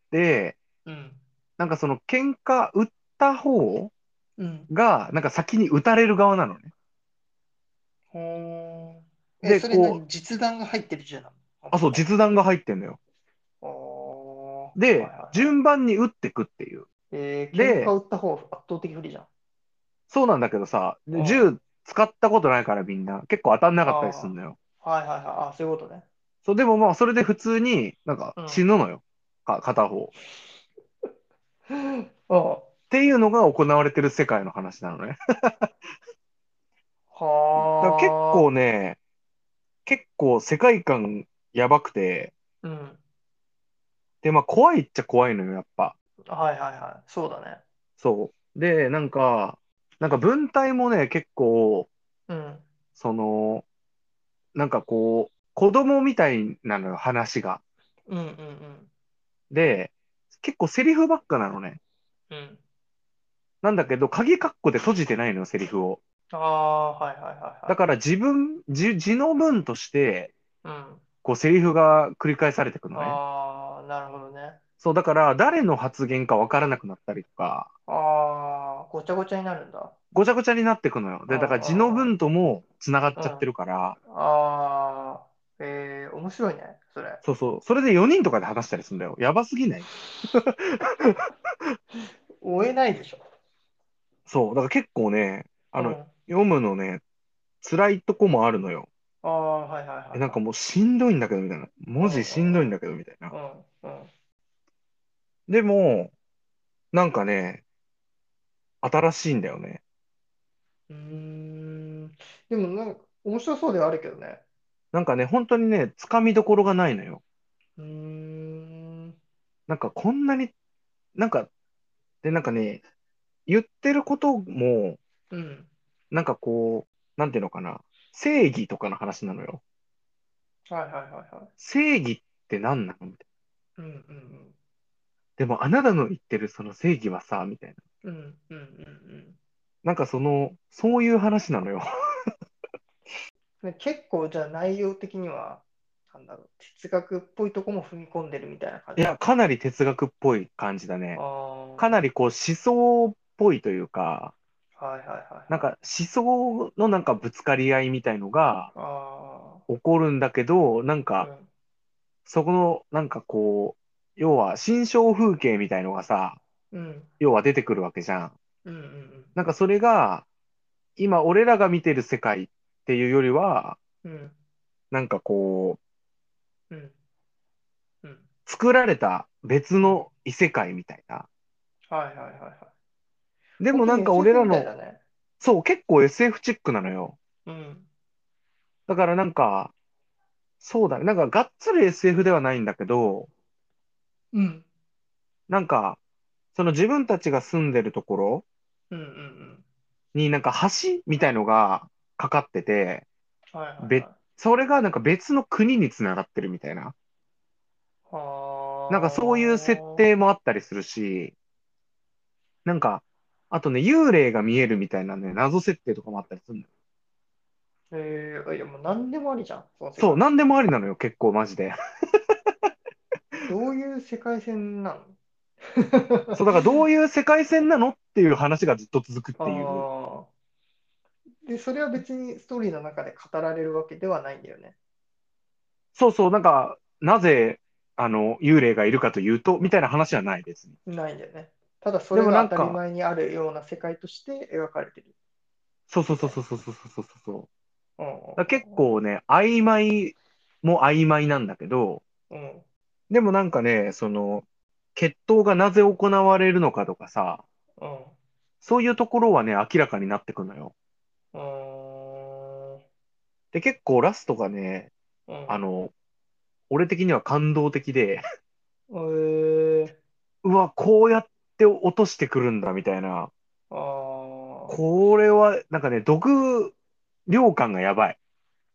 うん。うん。 なんかその喧嘩撃った方うん。 が、なんか先に撃たれる側なのね。 ほー。え、 で、 それこう、 何実弾が入ってるじゃん。 あ、そう、実弾が入ってんのよ。 おー、はいで、 はいはい。 順番に撃ってくっていう。 えー、喧嘩で、 売った方圧倒的不利じゃん。 そうなんだけどさ、で銃うん。 使ったことないからみんな。結構当たんなかったりするんあだよ。 あ、はいはいはい。あ、そういうことね。 そう、でもまあ、それで普通になんかうん。 死ぬのよ。か、片方。っあていうのが行われてる世界の話なのね。 あ、 だから結構はあ、 ね、結構世界観やばくて、 うん。 で、まあ怖いっちゃ怖いのよ、やっぱ。 はいはいはい。そうだね。 そう。で、なんか、なんか文体もね、結構、 うん。 その、なんかこう、子供みたいなのよ、話が。 うんうんで、結構セリフばっかなのね。 うん。うん。 なんだけど、鍵括弧で閉じてないのよ、セリフを。 ああ、はいはいはいはだから自分、字、字の文として、 い。うん。 こう、セリフが繰り返されていくのね。 ああ、なるほどね。 そう、だから誰の発言かわからなくなったりとか、 ああ、ごちゃごちゃになるんだ。 ごちゃごちゃになっていくのよ。 うんで、だから字の文とも繋がっちゃってうんうん。 るから、 ああ、えー、面白いね、それ。 そうそう。それでよにんとかで話したりするんだよ。やばすぎない？ 追えないでしょ。 そう。だから結構ね、あの、 うん。 読むのね、辛いとこもあるのよ。 ああ、はいはいはいえ、なんかはもうしんどいんだけど、みたいな。 い。う文字しんどいんんだけど、みたいな。 うんうん。うんでも、なんかね、新しいんだよね。 うん。うーん。でもなんか、面白そうではあるけどね。 なんかね、本当にね、つかみどころがないのよ。 うーん。 なんかこんなに、なんか、で、なんかね、言ってることも、 うん。 なんかこう、なんていうのかな。正義とかの話なのよ。 はいはいはいはい。 正義って何なのみたいうんうんな。でもあなたの言ってるその正義はさ、みたいな。 うん。うんうんうんなんかその、そういう話なのよ。 うん。で結構じゃあ内容的には、なんだろう、哲学っぽいとこも踏み込んでるみたいな感じなの？ いや、かなり哲学っぽい感じだあね。かなあ、 りこう思想っぽいというか、 はいはいはいはい。 なんか思想のなんかぶつかり合いみたいのがあ起こるんだけど、なんあ、うか、 んそこの、なんかこう、要は、心象風景みたいのがさ、 うん要は出てくるわけじゃん。 うんうんなんかそれが、今俺らが見てる世界っていうよりは、 うんうんなんかこう、 うんうん作られた別うん。 の異世界みたいな。 はいはいはいはい。本当にでもなんか俺エスエフらの、 みたいだね。 そう、結構 エスエフ チックなのよ。 うんだからなんか、そうだね。なんかがっつり エスエフ ではないんだけど、 うんなんか、その自分たちが住んでるところうんうんうん。 になんか橋みたいのがかかってて、 はいはいべ、 はそれがなんか別の国につながってるみたいな。 い。はなんかそういう設定もあったりするし、なんか、あとね、幽霊が見えるみたいなね、謎設定とかもあったりするのよ。 あ。えー、いやもう何でもありじゃん、その世そう、 界。 なんでもありなのよ、結構マジで。 どういう世界線なの？ そう、だからどういう世界線なのっていう話がずっと続くっていう。 ああ。で、それは別にストーリーの中で語られるわけではないんだよね。 そうそう、なんか、なぜ、あの、幽霊がいるかというと、みたいな話はないですね。 ないんだよね。ただそでもれがなんか、 当たり前にあるような世界として描かれてるそうそうそうみたいそうそうそうそうそう。だかな。 ら結構ね、曖昧も曖昧なんだけど、 うんうんうん。 でもなんかね、その、決闘がなぜ行われるのかとかさ、 うん。 そういうところはね、明らかになってくのよ。 うん。 で、結構ラストがね、 うん。 あの、俺的には感動的で、 うん。えー、 うわ、こうやって落としてくるんだ、みたいな。 ああ。 これは、なんかね、読量感がやばい。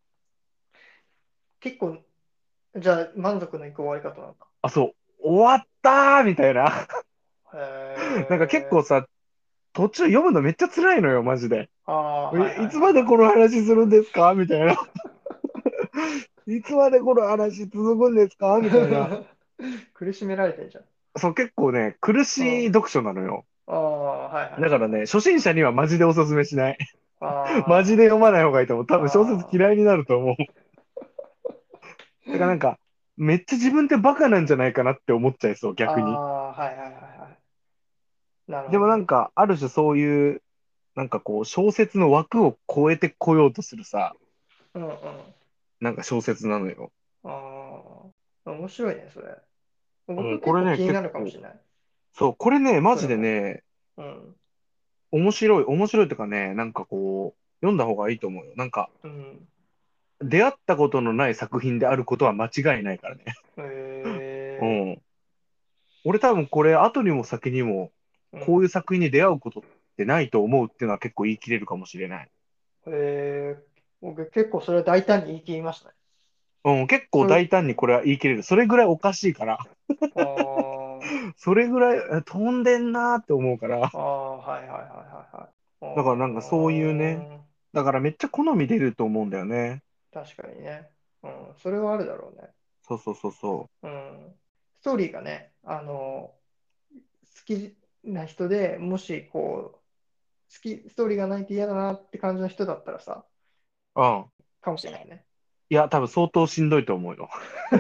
結構、じゃあ満足のいく終わり方なんだ。 あ、そう、終わったーみたいな。 へなんか結構え。 さ、途中読むのめっちゃ辛いのよ、マジで。 ああ、はいはいいいつまでこのはいはい。 話するんですかみたいな。いつまでこの話続くんですかみたいな。 苦しめられてんじゃん。 そう、結構ね、苦うん。 しい読書なのよ。 ああ、はいはいだからね、 はいはい。 初心者にはマジでおすすめしない。マジあで読まない方がいいと思う。多あ、 分小説あ嫌いになると思う。だからなんか、めっちゃ自分ってバカなんじゃないかなって思っちゃいそう、 あ、 逆に。 ああ、はいはいはいはい。なるでほどね。 もなんか、ある種そういう、 なんかこう、小説の枠を超えてこようとするさ、 うんうん。 なんか小説なのよ。 ああ、面白いね、それ。 うん、 僕これね、 結構気にな結構、 るかもしれない。 そう、これね、マジそれも。 でね、 うん。 面白い、面白いとかね、なんかこう、読んだ方がいいと思うよ。なんか、 うん。 出会ったことのない作品であることは間違いないからね。うへん。俺多分これ、後にも先にも、 え。うん。 こういう作品に出会うことってないと思うっていうのは結構言い切れるかもしれない。 へえ。僕結構それは大胆に言い切りましたね。 うん、結構そう、 大胆にこれは言い切れる。それぐらいおかしいから。 ああ、 それぐらいえ飛んでんなーって思うから。 ああ、はいはいはいはいはい。 だからなんかそういうね。 ああ、 だからめっちゃ好み出ると思うんだよね。 確かにね。うん、それはあるだろうね。 そうそうそうそうん。ストーリーがね、あの、好きな人でもしこう、好き、ストーリーがないと嫌だなって感じの人だったらさ、 う。うん。 かもしれないね。 いや、多分相当しんどいと思うよ。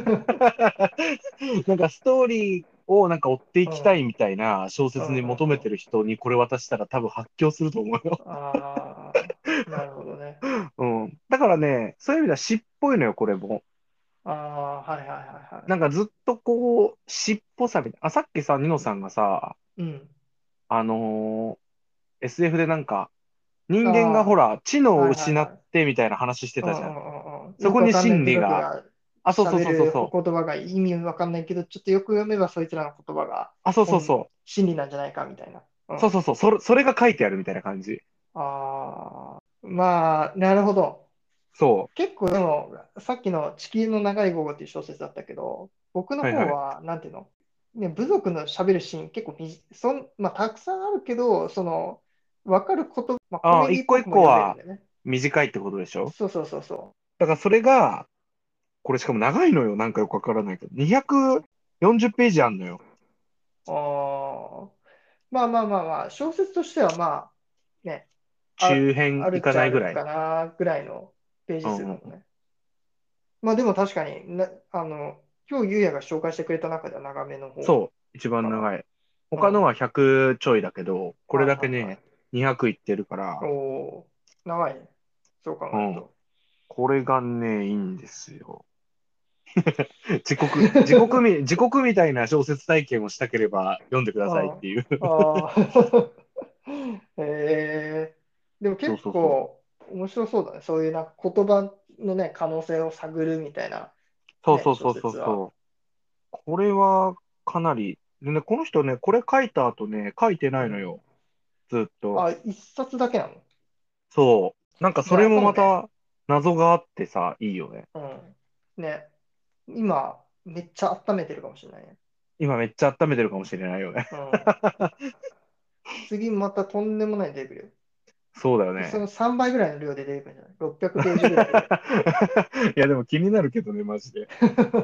なんかストーリーをなんか追っていうん、 きたいみたいな小うん、 説にうん、うん。 求めてる人にこれ渡したら多分発狂すると思うよ。 ああ、なるほどね。 うん。だからね、そういう意味では詩っぽいのよ、これも。 ああ、はいはいはいはい。 なんかずっとこう、詩っぽさみたいな。あ、さっきさ、ニノさんがさ、 うん。 あのー エスエフ でなんか、人間がほあら、知能あ、 をはいはい失っはい。 てみたいな話してうんうたじゃん。 んうんうん。よくそこにわかんない部心理が、 族があ、そうそう喋るそうそうそう。 言葉が意味わかんないけど、ちょっとよく読めばそいつらの言葉があ、そうそう本そう。 真理なんじゃないかみたいな。うん。 そうそうそう。それ、それが書いてあるみたいな感じ。 ああ、まあ、なるほど。 そ結構でも、さっきの地球の長い午後っていう小説だったけど、僕のう。はいはい。 方は、なんていうの、ね、部族の喋るシーン結構みじそん、まあ、たくさんあるけど、その、わかること、まあ、コあ、 メデ一個一ィっぽくも読めるん個はだよね。 短いってことでしょ？ そうそうそうそだからそれが、これしかも長いのよ。なんかよくわからないけど。にひゃくよんじゅうページあんのよ。 う。ああ、まあまあまあまあ、小説としてはまあ、ね、あ、 中編いあるっちゃかないぐらい。 あるかなぐらいのページうんうんうん。 数だもんね。まあでも確かにな、あの、今日ゆうやが紹介してくれた中では長めの方そう。一番かな。 長い。 うん。 他のはひゃくちょいだけど、これはいだけね、 はいはい。 にひゃくいってるから、 おお、長いね。そう考うん。 えると。 これがね、いいんですよ。自国、自国み、自国みたいな小説体験をしたければ読んでくださいっうん。 ていう。 ああ。えー、でもそう結そうそう。 構面白そうだね。そういうなんか言葉のね、可能性を探るみたいなね、小そうそうそうそう説は。 そう。これはかなり、でね、この人ね、これ書いた後ね、書いてなうん。 いのよ。ずっと。 あ、一冊だけなの？ そう。なんかじゃああそれれかもね。 もまた謎があってさ、いいよね。 うん。ね。今、めっちゃ温めてるかもしれないね。 今めっちゃ温めてるかもしれないよね。 うん。次またとんでもないの出てくるよ。 そうだよで、そのね。 さんばいぐらいの量で出てくるんじゃない？ ろっぴゃく ページぐらいで。 いや、でも気になるけどね、マジで。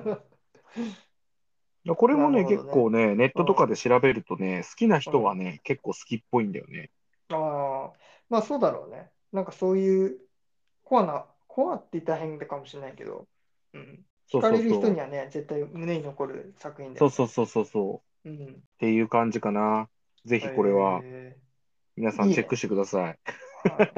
いやこれなもね、結るほどね。 構ね、ネットとかうん。 で調べるとね、好きなうん。 人はね、結構好きっぽいんだよね。 ああ、まあそうだろうね。なんかそういうコアな、コアって言ったら変かもしれないけど、うん。惹そうかれる人そうそう。 にはね、絶対胸に残る作品だよね。 そうそうそうそうそう。っうん。 ていう感じかな。ぜひこれはえ皆さー、いいね。 んチェックしてください。 はい。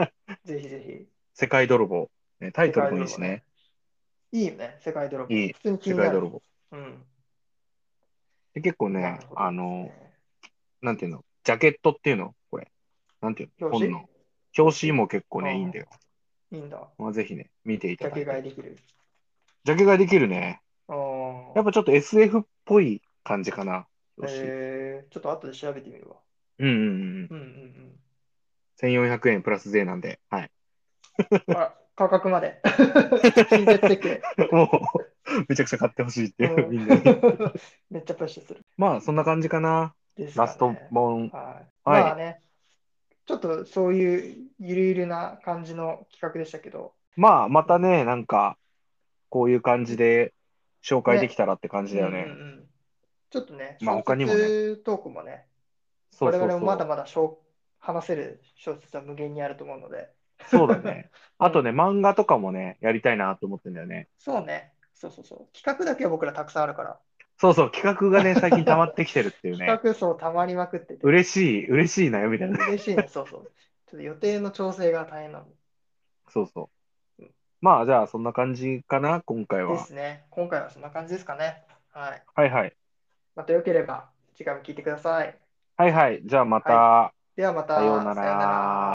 ぜひぜひ、 世界泥棒。ね、タイ世トル界泥棒ね。 もいいしね。 いいよね、世界泥棒。 いい。 普通に気になるもん。 世界泥棒。 うん。 で、結構ね、 なるほどですあの、 ね。 なんていうの、ジャケットっていうのこれ。なんていうの表紙本の。表紙表紙も結構ね、いいんああ、 だよ。 いいんだ。 まあ、ぜひね、見ていジャケただいて。 買いできる。 ジャケ買いできるね。 ああ、 やっぱちょっと エスエフ っぽい感じかな。表紙。 えー、ちょっと後で調べてみるわ。 うんうんうんうん。 うんうんうん。 せんよんひゃくえんプラス税なんで。はい。 あら、価格まで。親切設計。 もう、めちゃくちゃ買ってほしいっていう、 うん。 みんなに。 めっちゃプッシュする。 まあ、そんな感じかな。 ですラストかね。 本。 はい。 はい。 まあね、ちょっとそういうゆるゆるな感じの企画でしたけど、 まあ、まうん、 たね、なんか、こういう感じで紹介できね、 たらって感じうんうんうだよね。 ん。ちょっとね、 まあ、 小他にもね。 説トークもね、 そう我々もまだそうそう。 まだ小話せる小説は無限にあると思うので。 そうだね。 うん。 あとね、漫画とかもね、やりたいなと思ってんだよね。 そうね。そうそうそう。企画だけは僕らたくさんあるから。 そうそう、企画がね、最近溜まってきてるっていう企ね。 画層たまりまくってて。 嬉しい、嬉しい悩みだよね。 嬉しいね。そうそう。 ちょっと予定の調整が大変なのそうそう。まあ、じゃあ、そんな感じかな、今回は。 ですね。今回はそんな感じですかね。はい。 はいはい。 またよければ次回も聞いてください。 はいはい。じゃあまはい。 た、 ではまた、 さようなさようなら。 ら。